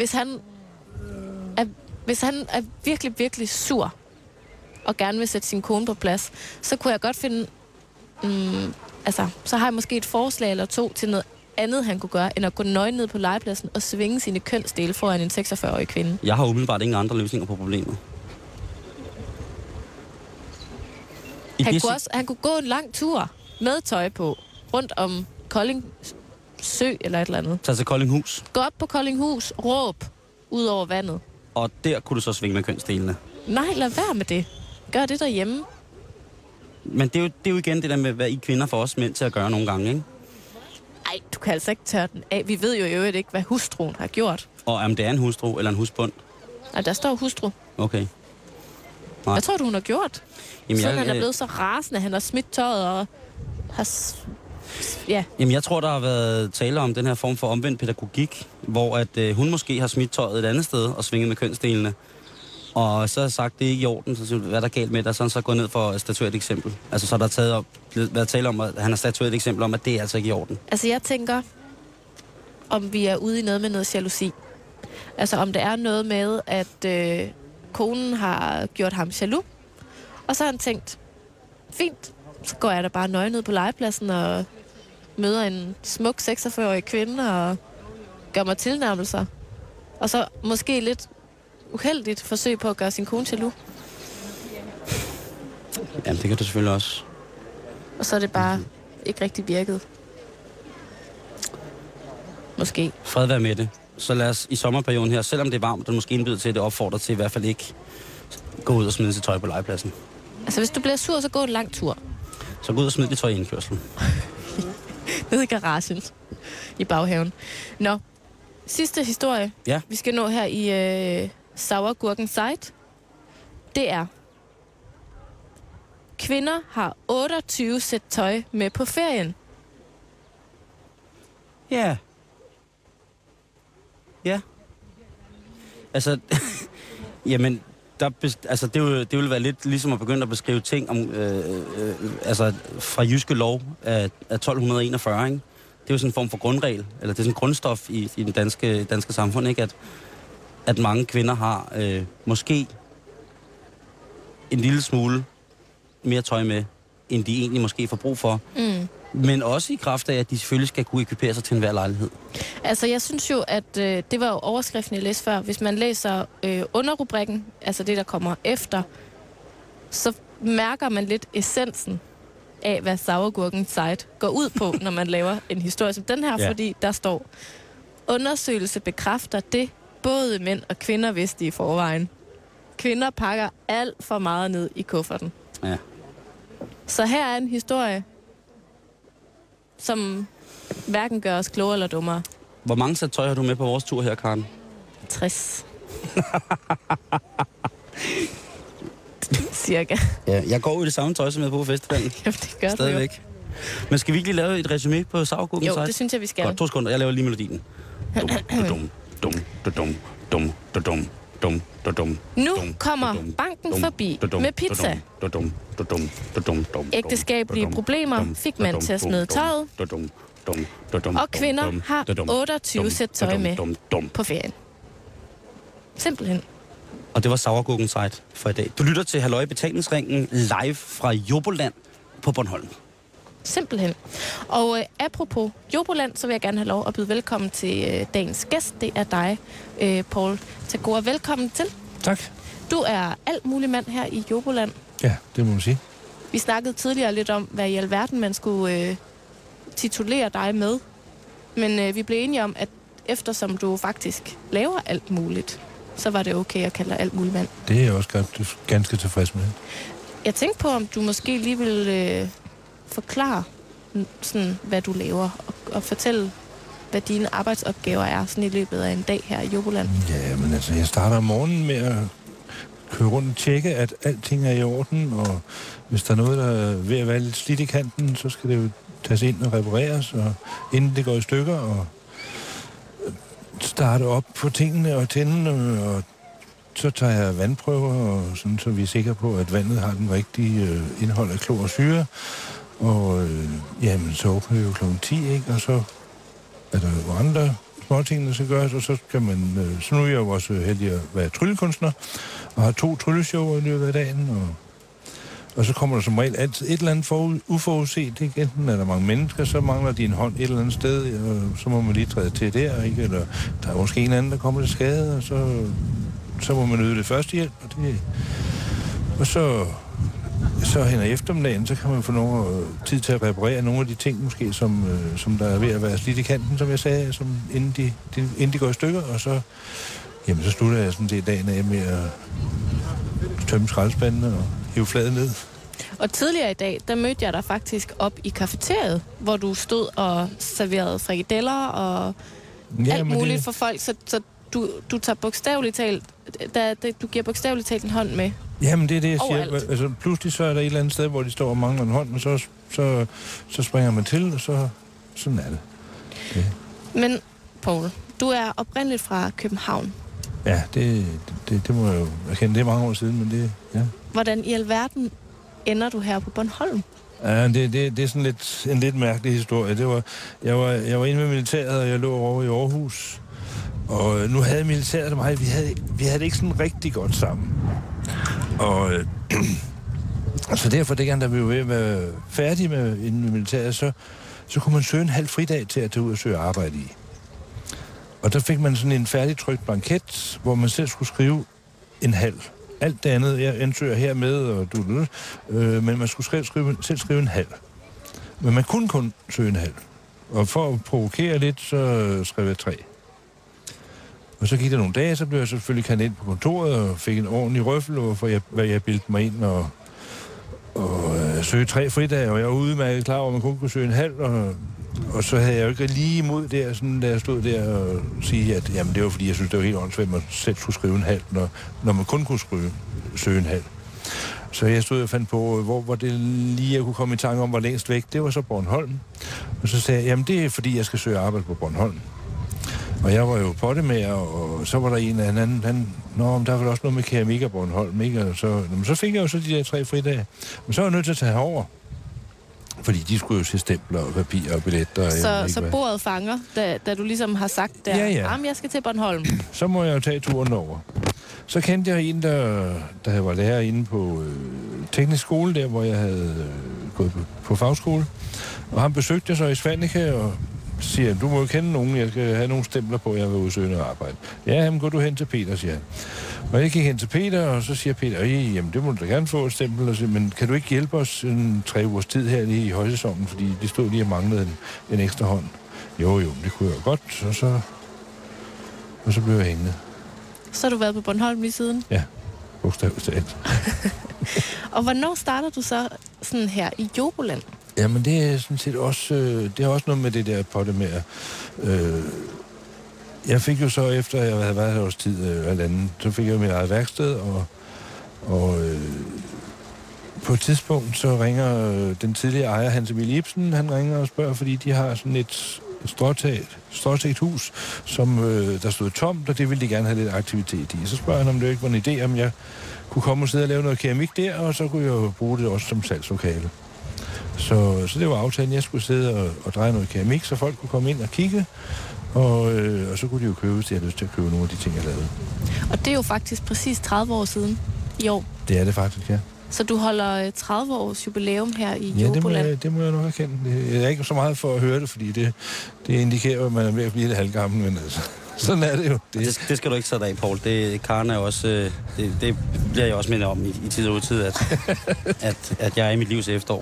hvis han er virkelig, virkelig sur, og gerne vil sætte sin kone på plads, så kunne jeg godt finde, så har jeg måske et forslag eller to til noget andet, han kunne gøre, end at gå nøgen ned på legepladsen og svinge sine kønsdele foran en 46-årig kvinde. Jeg har umiddelbart ingen andre løsninger på problemet. Han kunne gå en lang tur med tøj på, rundt om Kolding Sø eller et eller andet. Tag til Koldinghus. Gå op på Koldinghus, råb ud over vandet. Og der kunne du så svinge med kønsdelene. Nej, lad være med det. Gør det derhjemme. Men det er jo igen det der med, hvad I kvinder får os mænd til at gøre nogle gange, ikke? Nej, du kan altså ikke tørre den af. Vi ved jo i øvrigt ikke, hvad hustruen har gjort. Og om det er en hustru eller en husbund? Nej, der står hustru. Okay. Nej. Hvad tror du, hun har gjort? Jamen, han er blevet så rasende, han har smidt tøjet og har... Ja. Jamen, jeg tror, der har været tale om den her form for omvendt pædagogik, hvor at hun måske har smidt tøjet et andet sted og svinget med kønsdelene. Og så har sagt, det er ikke i orden, så hvad er der galt med det, og så er han så gået ned for at statuere et eksempel. Altså, så er der været tale om, at han har statueret et eksempel om, at det er altså ikke i orden. Altså, jeg tænker, om vi er ude i noget med noget jalousi. Altså, om det er noget med, at konen har gjort ham jaloux, og så har han tænkt, fint, så går jeg da bare nøje ned på legepladsen og møder en smuk 46-årig kvinde og gør mig tilnærmelser. Og så måske lidt uheldigt forsøg på at gøre sin kone jaloux. Jamen, det kan du selvfølgelig også. Og så er det bare ikke rigtig virket. Måske. Fred være med det. Så lad os i sommerperioden her, selvom det er varmt, og måske indbyder til det, opfordrer til i hvert fald ikke gå ud og smide sit tøj på legepladsen. Altså, hvis du bliver sur, så gå en lang tur. Så gå ud og smid dit tøj i indkørslen. Nede i garagen. I baghaven. Nå, sidste historie. Ja. Vi skal nå her i Sauergurken Side. Det er: kvinder har 28 sæt tøj med på ferien. Ja. Ja. Altså, jamen, det vil være lidt ligesom at begynde at beskrive ting om, altså fra Jyske Lov af 1241, ikke? Det er jo sådan en form for grundregel, eller det er sådan en grundstof i den danske samfund, ikke? At mange kvinder har måske en lille smule mere tøj med, end de egentlig måske får brug for. Mm. Men også i kraft af, at de selvfølgelig skal kunne ekvipere sig til enhver lejlighed. Altså, jeg synes jo, at det var jo overskriften, jeg læste før. Hvis man læser underrubrikken, altså det, der kommer efter, så mærker man lidt essensen af, hvad Sauergurken site går ud på, når man laver en historie som den her, ja. Fordi der står, undersøgelse bekræfter det, både mænd og kvinder vidste i forvejen. Kvinder pakker alt for meget ned i kufferten. Ja. Så her er en historie, som hverken gør os klogere eller dummere. Hvor mange sæt tøj har du med på vores tur her, Karen? 60. Cirka. Ja, jeg går ud i det samme tøj, som jeg er på festivalen. Jamen, det gør stadigvæk. Du jo. Men skal vi ikke lige lave et resumé på Sauergurken? Jo, det synes jeg, vi skal. Godt, 2 sekunder. Jeg laver lige melodien. Nu kommer banken forbi med pizza. Ægteskabelige problemer fik mand til at smide tøjet. Og kvinder har 28 sæt tøj med på ferien. Simpelthen. Og det var Sauergurken site for i dag. Du lytter til Halløj Betalingsringen live fra Joboland på Bornholm. Simpelthen. Og apropos Joboland, så vil jeg gerne have lov at byde velkommen til dagens gæst. Det er dig, Poul Tagore. Velkommen til. Tak. Du er alt mulig mand her i Joboland. Ja, det må man sige. Vi snakkede tidligere lidt om, hvad i alverden man skulle titulere dig med. Men vi blev enige om, at eftersom du faktisk laver alt muligt, så var det okay at kalde dig alt mulig mand. Det er jeg også ganske tilfreds med. Jeg tænkte på, om du måske lige ville forklare, sådan, hvad du laver, og fortælle, hvad dine arbejdsopgaver er sådan i løbet af en dag her i Joboland. Ja, men altså, jeg starter om morgenen med at køre rundt og tjekke, at alting er i orden, og hvis der er noget, der er ved at være lidt slidt i kanten, så skal det jo tages ind og repareres, og inden det går i stykker, og starte op på tingene og tænde, og så tager jeg vandprøver, og sådan, så vi er sikre på, at vandet har den rigtige indhold af klor og syre. Og jamen, så åbner vi jo kl. 10, ikke? Og så er der jo andre småting, der skal gøres, og så skal man... så nu er jeg jo også heldig at være tryllekunstner, og har 2 trylleshower i løbet af dagen, og så kommer der som regel altid et eller andet uforudset, ikke? Enten er der mange mennesker, så mangler de en hånd et eller andet sted, og så må man lige træde til der, ikke? Eller der er måske en anden, der kommer til skade, og så må man yde det første hjælp, og så hen ad eftermiddagen, så kan man få noget tid til at reparere nogle af de ting, måske, som der er ved at være slidt i kanten, som jeg sagde, inden de går i stykker, og så slutter jeg sådan det dagen af med at tømme skraldespandene og hive fladet ned. Og tidligere i dag, der mødte jeg dig faktisk op i cafeteriet, hvor du stod og serverede frikadeller og alt muligt for folk, så du tager bogstaveligt talt, du giver bogstaveligt talt en hånd med. Jamen, det er det, jeg siger. Altså, pludselig så er der et eller andet sted, hvor de står og mangler en hånd, og så springer man til, og sådan er det. Okay. Men, Poul, du er oprindeligt fra København. Ja, det må jeg jo erkende. Det er mange år siden, men det, ja. Hvordan i alverden ender du her på Bornholm? Ja, det er sådan en lidt mærkelig historie. Jeg var inde med militæret, og jeg lå over i Aarhus. Og nu havde militæret og mig, vi havde det ikke sådan rigtig godt sammen. Og så derfor, da vi var ved at være færdige med inden med militæret, så kunne man søge en halv fridag til at tage ud og søge arbejde i. Og der fik man sådan en færdigtrykt blanket, hvor man selv skulle skrive en halv. Alt det andet, jeg ansøger hermed, og men man skulle selv skrive en halv. Men man kunne kun søge en halv. Og for at provokere lidt, så skrev jeg 3. Og så gik der nogle dage, så blev jeg selvfølgelig kaldt ind på kontoret og fik en ordentlig røffel, hvad jeg bildte mig ind og søge 3 fridage, og jeg var udmærket klar over, at man kun kunne søge en halv, og så havde jeg jo ikke lige imod der, sådan, da jeg stod der og sige, at jamen, det var fordi, jeg synes, det var helt åndssvagt, at man selv skulle skrive en halv, når man kun kunne søge en halv. Så jeg stod og fandt på, hvor det lige jeg kunne komme i tanke om, hvor længst væk. Det var så Bornholm. Og så sagde jeg, jamen det er fordi, jeg skal søge arbejde på Bornholm. Og jeg var jo pottemager, og så var der en anden, der var også noget med keramik og Bornholm, ikke? Og så fik jeg jo så de der 3 fridage. Men så var jeg nødt til at tage herover. Fordi de skulle jo se stempler og papir og billetter. Så bordet fanger, da du ligesom har sagt der, jamen jeg skal til Bornholm. Så må jeg jo tage turen over. Så kendte jeg en, der var lærer inde på teknisk skole, der hvor jeg havde gået på fagskole. Og han besøgte jeg så i Svanike, og siger, du må jo kende nogen, jeg skal have nogle stempler på, jeg vil udsøge noget arbejde. Ja, jamen går du hen til Peter, siger han. Og jeg gik hen til Peter, og så siger Peter, jamen det må du da gerne få et stempel, og siger, men kan du ikke hjælpe os en 3 ugers tid her lige i højsæsonen, fordi de stod lige og manglede en ekstra hånd. Jo, det kunne jeg jo godt, og så blev jeg hængende. Så har du været på Bornholm lige siden? Ja, bogstaveligt talt. Og hvornår starter du så sådan her i Joboland? Jamen det er sådan set også, det har også noget med det der pottemager. Jeg fik jo så, efter jeg havde været her års tid eller andet, så fik jeg jo mit eget værksted, og på et tidspunkt så ringer den tidligere ejer, Hans Emil Ibsen, han ringer og spørger, fordi de har sådan et stråtægt hus, som der stod tomt, og det ville de gerne have lidt aktivitet i. Så spørger han, om det ikke var en idé, om jeg kunne komme og sidde og lave noget keramik der, og så kunne jeg jo bruge det også som salgslokale. Så det var aftalen, jeg skulle sidde og dreje noget keramik, så folk kunne komme ind og kigge, og så kunne de jo købe, hvis de havde lyst til at købe nogle af de ting, jeg lavede. Og det er jo faktisk præcis 30 år siden i år. Det er det faktisk, ja. Så du holder 30 års jubilæum her i Joboland? Ja, det må jeg nok erkende. Jeg er ikke så meget for at høre det, fordi det indikerer, at man er ved at blive lidt halvgammel, men altså, sådan er det jo. Det skal du ikke sætte af, Poul. Karen er også, det bliver jeg også mindet om i tid og udtid, at jeg er i mit livs efterår.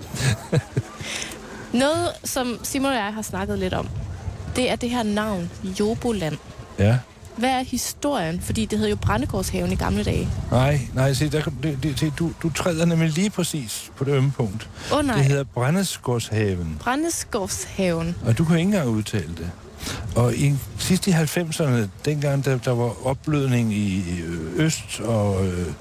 Noget, som Simon og jeg har snakket lidt om, det er det her navn, Joboland. Ja. Hvad er historien? Fordi det hed jo Brændegårdshaven i gamle dage. Nej, se, du træder nemlig lige præcis på det ømme punkt. Nej. Det hedder Brændegårdshaven. Brændegårdshaven. Og du kan ikke engang udtale det. Og sidst i 90'erne, dengang der var opblødning i øst, og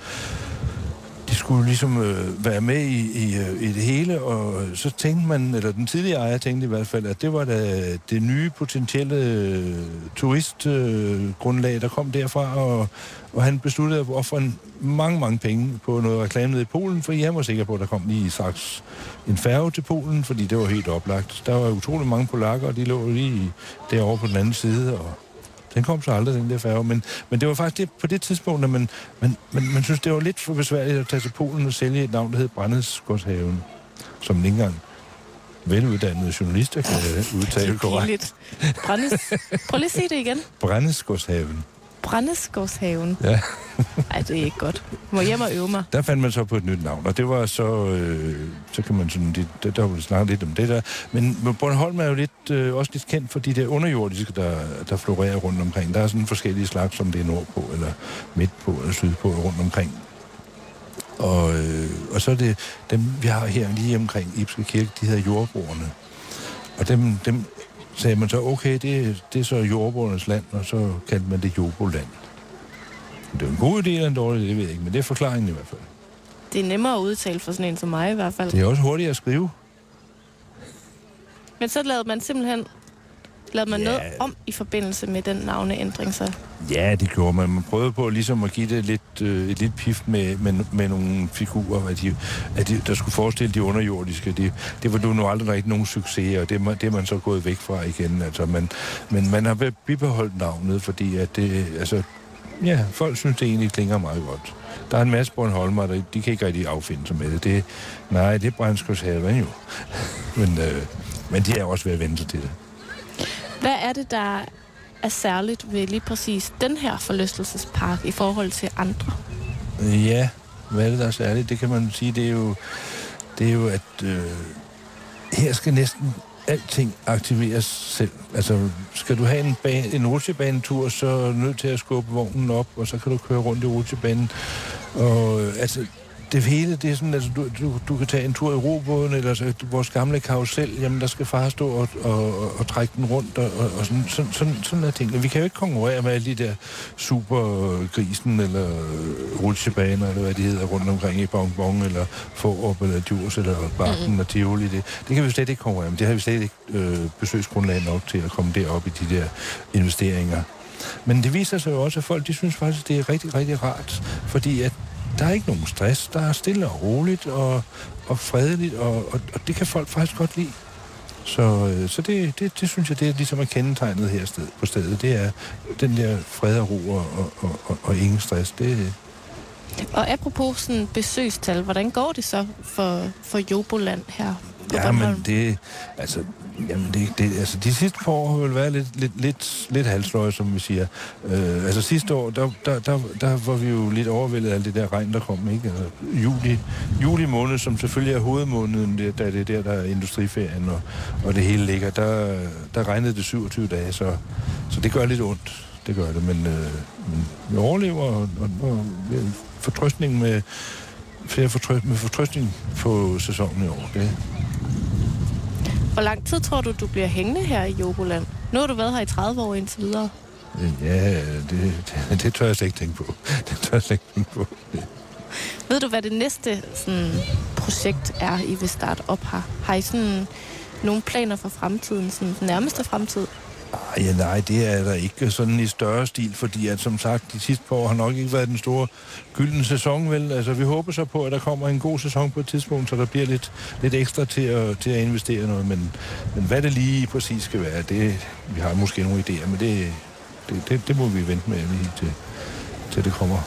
de skulle ligesom være med i det hele, og så tænkte man, eller den tidligere ejer tænkte i hvert fald, at det var det nye potentielle turistgrundlag, der kom derfra, og han besluttede at ofre mange penge på noget reklame nede i Polen, for jeg var sikker på, at der kom lige straks en færge til Polen, fordi det var helt oplagt. Der var utrolig mange polakker, og de lå lige derovre på den anden side, og den kom så aldrig, den der færge. Men det var faktisk det, på det tidspunkt, at man synes, det var lidt for besværligt at tage til Polen og sælge et navn, der hed Brændegårdshaven, som ikke engang veluddannede journalister kan udtale korrekt. Prøv lige at sige det igen. Brændegårdshaven. Brændegårdshaven? Ja. Ej, det er ikke godt. Må hjem og øve mig. Der fandt man så på et nyt navn, og det var så kan man sådan, der var snakket lidt om det der. Men Bornholm er jo også lidt kendt for de der underjordiske, der florerer rundt omkring. Der er sådan forskellige slags, som det er nordpå, eller midtpå, eller sydpå, rundt omkring. Og så er det dem, vi har her lige omkring Ibske Kirke, de hedder jordboerne. Og dem sagde man så, okay, det er så jordboernes land, og så kaldte man det Joboland. Det er en god idé eller en dårlig idé, det ved jeg ikke, men det er forklaringen i hvert fald. Det er nemmere at udtale for sådan en som mig i hvert fald. Det er også hurtigt at skrive. Men så lavede man simpelthen noget om i forbindelse med den navneændring så? Ja, det gjorde man. Man prøvede på ligesom at give det et lidt pift med nogle figurer, der skulle forestille de underjordiske. Det var nu aldrig rigtig nogen succes, og det er man så gået væk fra igen. Altså, men man har bibeholdt navnet, fordi at det, altså, ja, folk synes, det egentlig klinger meget godt. Der er en masse Bornholmer, de kan ikke rigtig affinde sig med det. Det er Brændegårdshaven jo. Men de er også ved at vende sig til det. Hvad er det, der er særligt ved lige præcis den her forlystelsespark i forhold til andre? Ja, hvad er det, der er særligt? Det kan man sige, det er jo at her skal næsten alting aktiveres selv. Altså, skal du have en rutsjebanetur, så er du nødt til at skubbe vognen op, og så kan du køre rundt i rutsjebanen. Og altså, det hele, det er sådan, altså du kan tage en tur i robåden, eller så, vores gamle karusel, jamen der skal far stå og trække den rundt, og sådan er ting. Vi kan jo ikke konkurrere med alle de der supergrisen, eller rutsjebaner, eller hvad de hedder, rundt omkring i Bonbon, eller Fårup, eller Djurs, eller Bakken og Tivoli. Det kan vi slet ikke konkurrere med. Det har vi slet ikke besøgsgrundlag nok til at komme derop i de der investeringer. Men det viser sig jo også, at folk, de synes faktisk, det er rigtig, rigtig rart, fordi at der er ikke nogen stress, der er stille og roligt og fredeligt, og det kan folk faktisk godt lide. Så det synes jeg, det er ligesom er kendetegnet her på stedet. Det er den der fred og ro og ingen stress. Og apropos sådan besøgstal, hvordan går det så for Joboland her på Bornholm? Jamen altså de sidste par år har vel været lidt halvsløje, som vi siger. Altså sidste år, der var vi jo lidt overvældet af alt det der regn, der kom, ikke? Altså, juli måned, som selvfølgelig er hovedmåneden, da det er der er industriferien, og det hele ligger, der regnede det 27 dage, så det gør lidt ondt. Det gør det, men vi overlever, og fortrøstning med fortrøstning på sæsonen i år. Hvor lang tid tror du bliver hængende her i Joboland? Nu har du været her i 30 år indtil videre. Ja, det tør jeg slet ikke tænke på. Ved du, hvad det næste sådan, projekt er, I vil starte op her? Har I sådan nogle planer for fremtiden, sådan den nærmeste fremtid? Nej, det er der ikke sådan i større stil, fordi at som sagt, de sidste par år har nok ikke været den store gyldne sæson, vel? Altså, vi håber så på, at der kommer en god sæson på et tidspunkt, så der bliver lidt ekstra til at investere noget, men hvad det lige præcis skal være, vi har måske nogle idéer, men det må vi vente med lige til det kommer.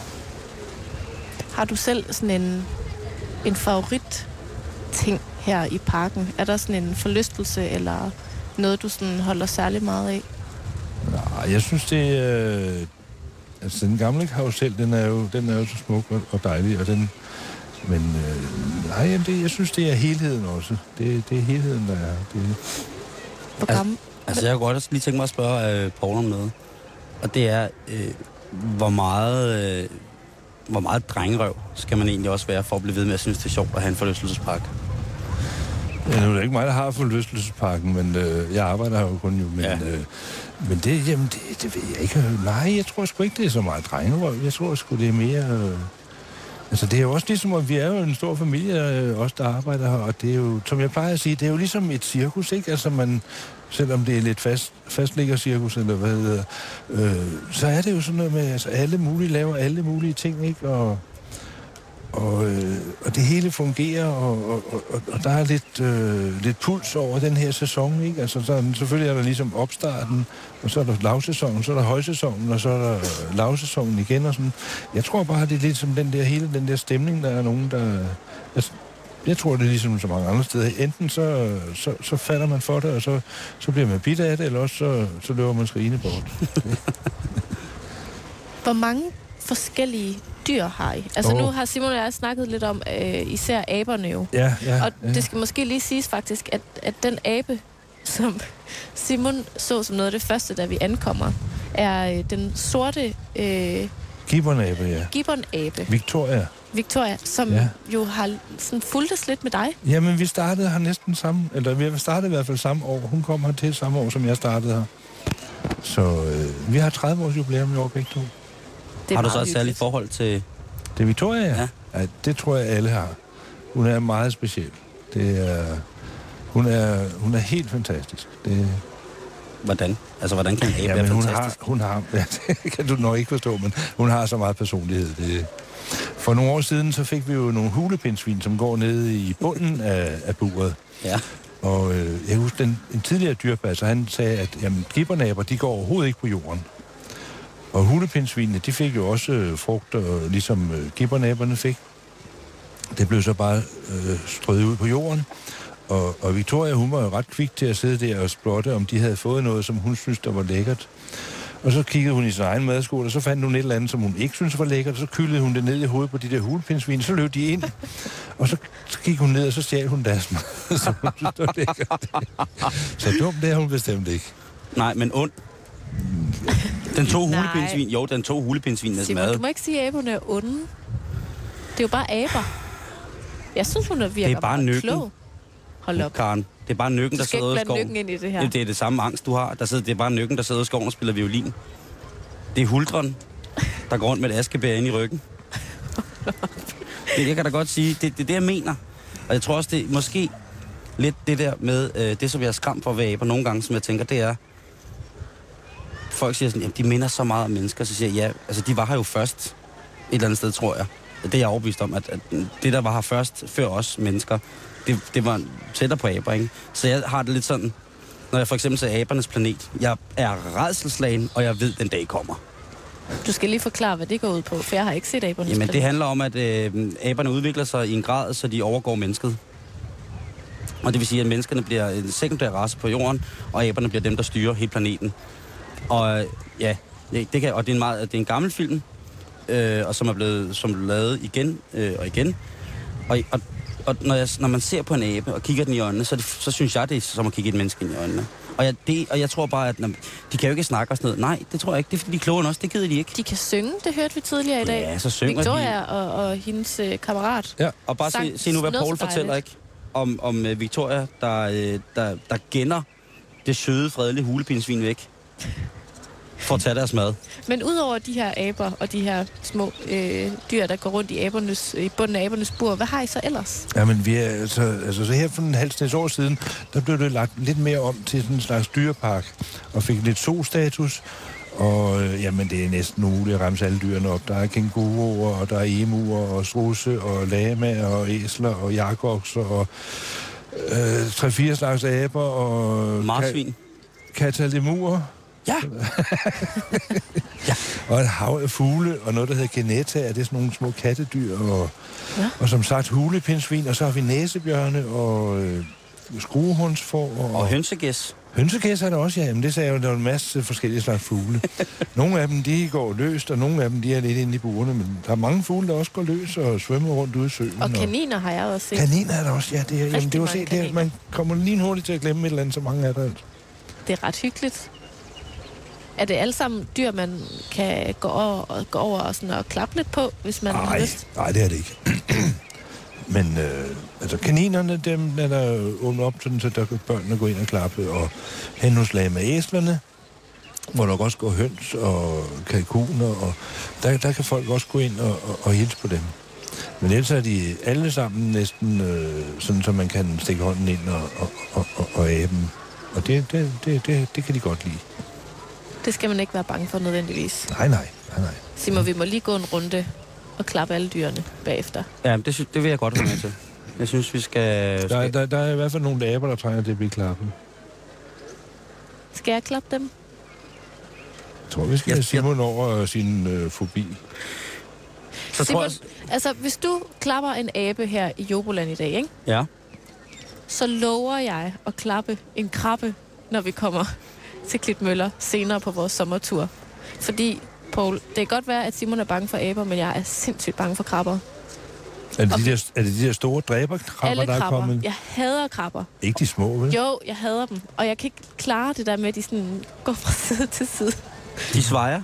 Har du selv sådan en favorit ting her i parken? Er der sådan en forlystelse, eller noget, du sådan holder særlig meget af? Nej, jeg synes, det er... altså, den gamle karusel, den er jo så smuk og dejlig, og den... Men jeg synes, det er helheden også. Det er helheden, der er. Hvor gammel? Altså, jeg kunne godt lige tænke mig at spørge Poul om noget. Og det er, hvor meget drengerøv skal man egentlig også være for at blive ved med at synes, det er sjovt at have en forlystelsespark? Ja, nu er det ikke mig, der har forlystelsesparken, men jeg arbejder her jo kun jo. Men det ved jeg ikke. Nej, jeg tror sgu ikke, det er så meget drengerøv. Jeg tror sgu, det er mere... altså, det er jo også ligesom, at vi er jo en stor familie, os der arbejder her, og det er jo, som jeg plejer at sige, det er jo ligesom et cirkus, ikke? Altså, man... Selvom det er lidt fastliggercirkus, eller hvad det hedder, så er det jo sådan noget med, altså alle mulige laver alle mulige ting, ikke? Og det hele fungerer, og der er lidt puls over den her sæson, ikke? Altså, selvfølgelig er der ligesom opstarten, og så er der lavsæsonen, så er der højsæsonen, og så er der lavsæsonen igen, og sådan. Jeg tror bare, det er lidt som hele den der stemning, der er nogen, der... Altså, jeg tror, det er ligesom så mange andre steder. Enten så falder man for det, og så bliver man bidt af det, eller også så løber man skrigende bort. Hvor mange forskellige dyr har I? Altså nu har Simon og jeg snakket lidt om især aberne jo. Ja, og det skal måske lige siges faktisk, at den abe, som Simon så som noget af det første, da vi ankommer, er den sorte... Gibbonabe, ja. Gibbonabe. Victoria, som jo har sådan fulgtes lidt med dig. Jamen, vi startede her næsten sammen, eller vi startede i hvert fald samme år. Hun kom her til samme år, som jeg startede her. Så vi har 30 års jubilæum i år begge to. Har du så et særligt forhold til... Det er Victoria, ja. Det tror jeg, alle har. Hun er meget speciel. Hun er helt fantastisk. Hvordan? Altså, hvordan kan en abe være fantastisk? Hun har, det kan du nok ikke forstå, men hun har så meget personlighed. For nogle år siden, så fik vi jo nogle hulepindsvin, som går nede i bunden af buret. Ja. Og jeg husker, en tidligere dyrpasser, han sagde, at gibbernaber, de går overhovedet ikke på jorden. Og hulepindsvinene, de fik jo også frugter, ligesom gibbernaberne fik. Det blev så bare strøget ud på jorden. Og Victoria, hun var jo ret kvik til at sidde der og splotte, om de havde fået noget, som hun synes, der var lækkert. Og så kiggede hun i sin egen madskål, og så fandt hun et eller andet, som hun ikke synes var lækkert, og så kyldede hun det ned i hovedet på de der hulepindsvin, så løb de ind, og så gik hun ned, og så stjal hun deres mad, så hun synes, det var lækkert. Så dumt det er hun bestemt ikke. Nej, men ond. Den to hulepindsvin er Simon, mad. du må ikke sige, at aberne er onde. Det er jo bare aber. Jeg synes, hun virker meget klog. Hold op. Karen, det er bare nykken, der sidder ude i skoven. Du skal ikke blande nykken ind i det her. Det er det samme angst, du har. Det er bare nykken, der sidder ude i skoven og spiller violin. Det er huldren, der går rundt med et askebær ind i ryggen. Jeg kan da godt sige, det er det, jeg mener. Og jeg tror også, det er måske lidt det der med, det som jeg er skræmt for at være aber nogle gange, som jeg tænker, det er, folk siger sådan, jamen de minder så meget om mennesker, så siger jeg, ja, altså de var her jo først et eller andet sted, tror jeg. Det er jeg overbevist om, at det, der var her først, før os mennesker, det var tættere på aber, ikke? Så jeg har det lidt sådan, når jeg for eksempel ser abernes planet, jeg er rædselsslagen, og jeg ved, den dag kommer. Du skal lige forklare, hvad det går ud på, for jeg har ikke set abernes planet. Jamen det handler om, at aberne udvikler sig i en grad, så de overgår mennesket. Og det vil sige, at menneskerne bliver en sekundær race på jorden, og aberne bliver dem, der styrer hele planeten. Og ja, det er en gammel film, og som er blevet lavet igen og igen. Og når man ser på en abe og kigger den i øjnene, så synes jeg, det er som at kigge et menneske ind i øjnene. Og jeg tror bare, at de kan jo ikke snakke og sådan noget. Nej, det tror jeg ikke. Det er fordi, de er klogere end os. Det gider de ikke. De kan synge, det hørte vi tidligere i dag. Ja, så synger Victoria og hendes kammerat. Ja, og bare se nu, hvad Paul fortæller, ikke? Om Victoria, der gender det søde, fredelige hulepinsvin væk. For at tage deres mad. Men udover de her aber og de her små dyr, der går rundt i bunden af abernes bur, hvad har I så ellers? Jamen, vi er altså så her for en halv år siden, der blev det lagt lidt mere om til sådan en slags dyrepark, og fik lidt zoo-status. Og jamen, det er næsten umuligt at ramse alle dyrene op. Der er kænguruer, og der er emuer, og strusse, og lamaer, og æsler, og jakokser, og 3-4 slags aber, og marsvin. Katalemurer. Ja. Ja. Og et hav af fugle, og noget, der hedder geneta, det er sådan nogle små kattedyr, og som sagt hulepindsvin, og så har vi næsebjørne, og skruehundsfår. Og hønsegæs. Hønsegæs er der også, ja. Jamen, det sagde jo, der er en masse forskellige slags fugle. Nogle af dem, de går løst, og nogle af dem, de er lidt inde i burene, men der er mange fugle, der også går løs og svømmer rundt ude i søen. Og kaniner har jeg også set. Kaniner er der også, ja. Det var set, det, man kommer lige hurtigt til at glemme et eller andet, så mange er der altså. Det er ret hyggeligt. Er det alle sammen dyr, man kan gå over og, sådan, og klappe lidt på, hvis man har lyst? Nej, det er det ikke. Men altså kaninerne, dem er der åbnet op, sådan, så der kan børnene gå ind og klappe. Og hen hos lama æslerne, hvor der også går høns og kalkuner, og der kan folk også gå ind og hilse på dem. Men ellers er de alle sammen næsten sådan, så man kan stikke hånden ind og æbe dem. Og det kan de godt lide. Det skal man ikke være bange for nødvendigvis. Nej. Simon, vi må lige gå en runde og klappe alle dyrene bagefter. Ja, det vil jeg godt være med til. Jeg synes, vi skal... Der er i hvert fald nogle aber, der trænger til at blive klappet. Skal jeg klappe dem? Jeg tror, vi skal have Simon over sin fobi. Så Simon, tror jeg... altså, hvis du klapper en abe her i Joboland i dag, ikke? Ja. Så lover jeg at klappe en krabbe, når vi kommer til Klitmøller senere på vores sommertur. Fordi, Paul, det kan godt være, at Simon er bange for aber, men jeg er sindssygt bange for krabber. Er det de der store dræberkrabber, der er kommet? Jeg hader krabber. Ikke de små, vel? Jo, jeg hader dem. Og jeg kan ikke klare det der med, at de sådan går fra side til side. De svejer.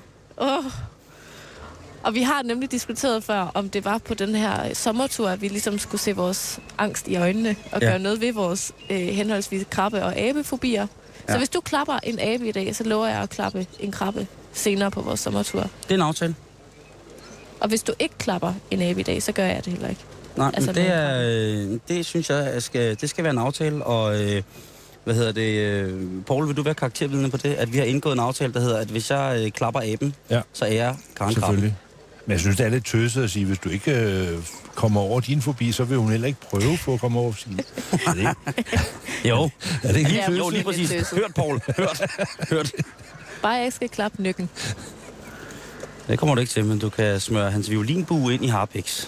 Og vi har nemlig diskuteret før, om det var på den her sommertur, at vi ligesom skulle se vores angst i øjnene og gøre noget ved vores henholdsvis krabbe- og abefobier. Ja. Så hvis du klapper en abe i dag, så lover jeg at klappe en krabbe senere på vores sommertur. Det er en aftale. Og hvis du ikke klapper en abe i dag, så gør jeg det heller ikke. Nej, altså, men det synes jeg, det skal være en aftale, og Paul, vil du være karaktervidne på det? At vi har indgået en aftale, der hedder, at hvis jeg klapper aben, så ærer Karen krabben. Men jeg synes, det er lidt tøset at sige, hvis du ikke kommer over din forbi, så vil hun heller ikke prøve på at komme over sin. Er det ikke? Jo. Er det ikke lige tøset? Jo, lige præcis. Hørt, Paul. Hørt. Bare jeg ikke skal klappe nykken. Det kommer du ikke til, men du kan smøre hans violinbue ind i harpiks.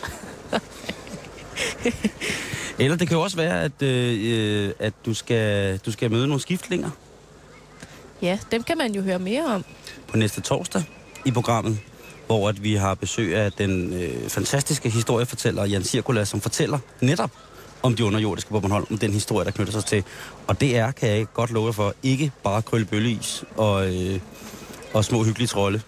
Eller det kan jo også være, at du skal møde nogle skiftlinger. Ja, dem kan man jo høre mere om. På næste torsdag i programmet, hvor at vi har besøg af den fantastiske historiefortæller Jan Cirkula, som fortæller netop om de underjordiske på Bornholm, om den historie, der knytter sig til. Og det er, kan jeg godt love for, ikke bare krøllebølleis og små hyggelige trolde.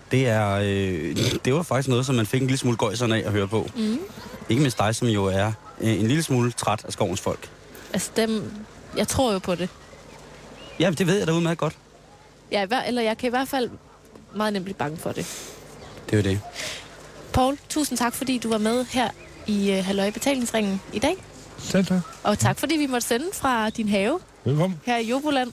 Det var faktisk noget, som man fik en lille smule gøjserne af at høre på. Mm. Ikke mindst dig, som jo er en lille smule træt af skovens folk. Altså jeg tror jo på det. Ja, det ved jeg da udmærket godt. Ja, eller jeg kan i hvert fald meget nemt blive bange for det. Det er jo det. Poul, tusind tak, fordi du var med her i Halløj Betalingsringen i dag. Selv tak. Og tak, fordi vi måtte sende fra din have. Velkommen. Her i Joboland.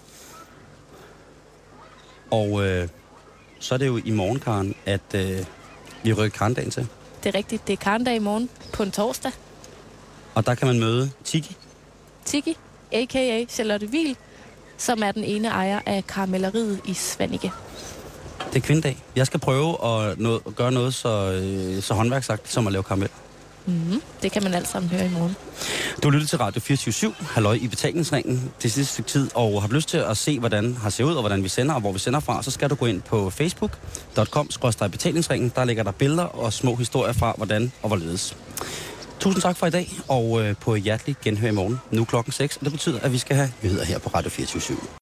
Og så er det jo i morgen, Karen, at vi rykker Karendagen til. Det er rigtigt. Det er Karendag i morgen på en torsdag. Og der kan man møde Tiki. Tiki, a.k.a. Charlotte Wiel, som er den ene ejer af karamelleriet i Svanike. Det er kvindedag. Jeg skal prøve at gøre noget så håndværksagtigt som at lave karamel. Mm-hmm. Det kan man alt sammen høre i morgen. Du lytter til Radio 24/7, Halløj i Betalingsringen det sidste stykke tid, og har lyst til at se, hvordan har ser ud, og hvordan vi sender, og hvor vi sender fra, så skal du gå ind på facebook.com/betalingsringen. Der ligger der billeder og små historier fra, hvordan og hvorledes. Tusind tak for i dag, og på hjertelig genhør i morgen. Nu klokken 6, og det betyder, at vi skal have nyheder her på Radio 24/7.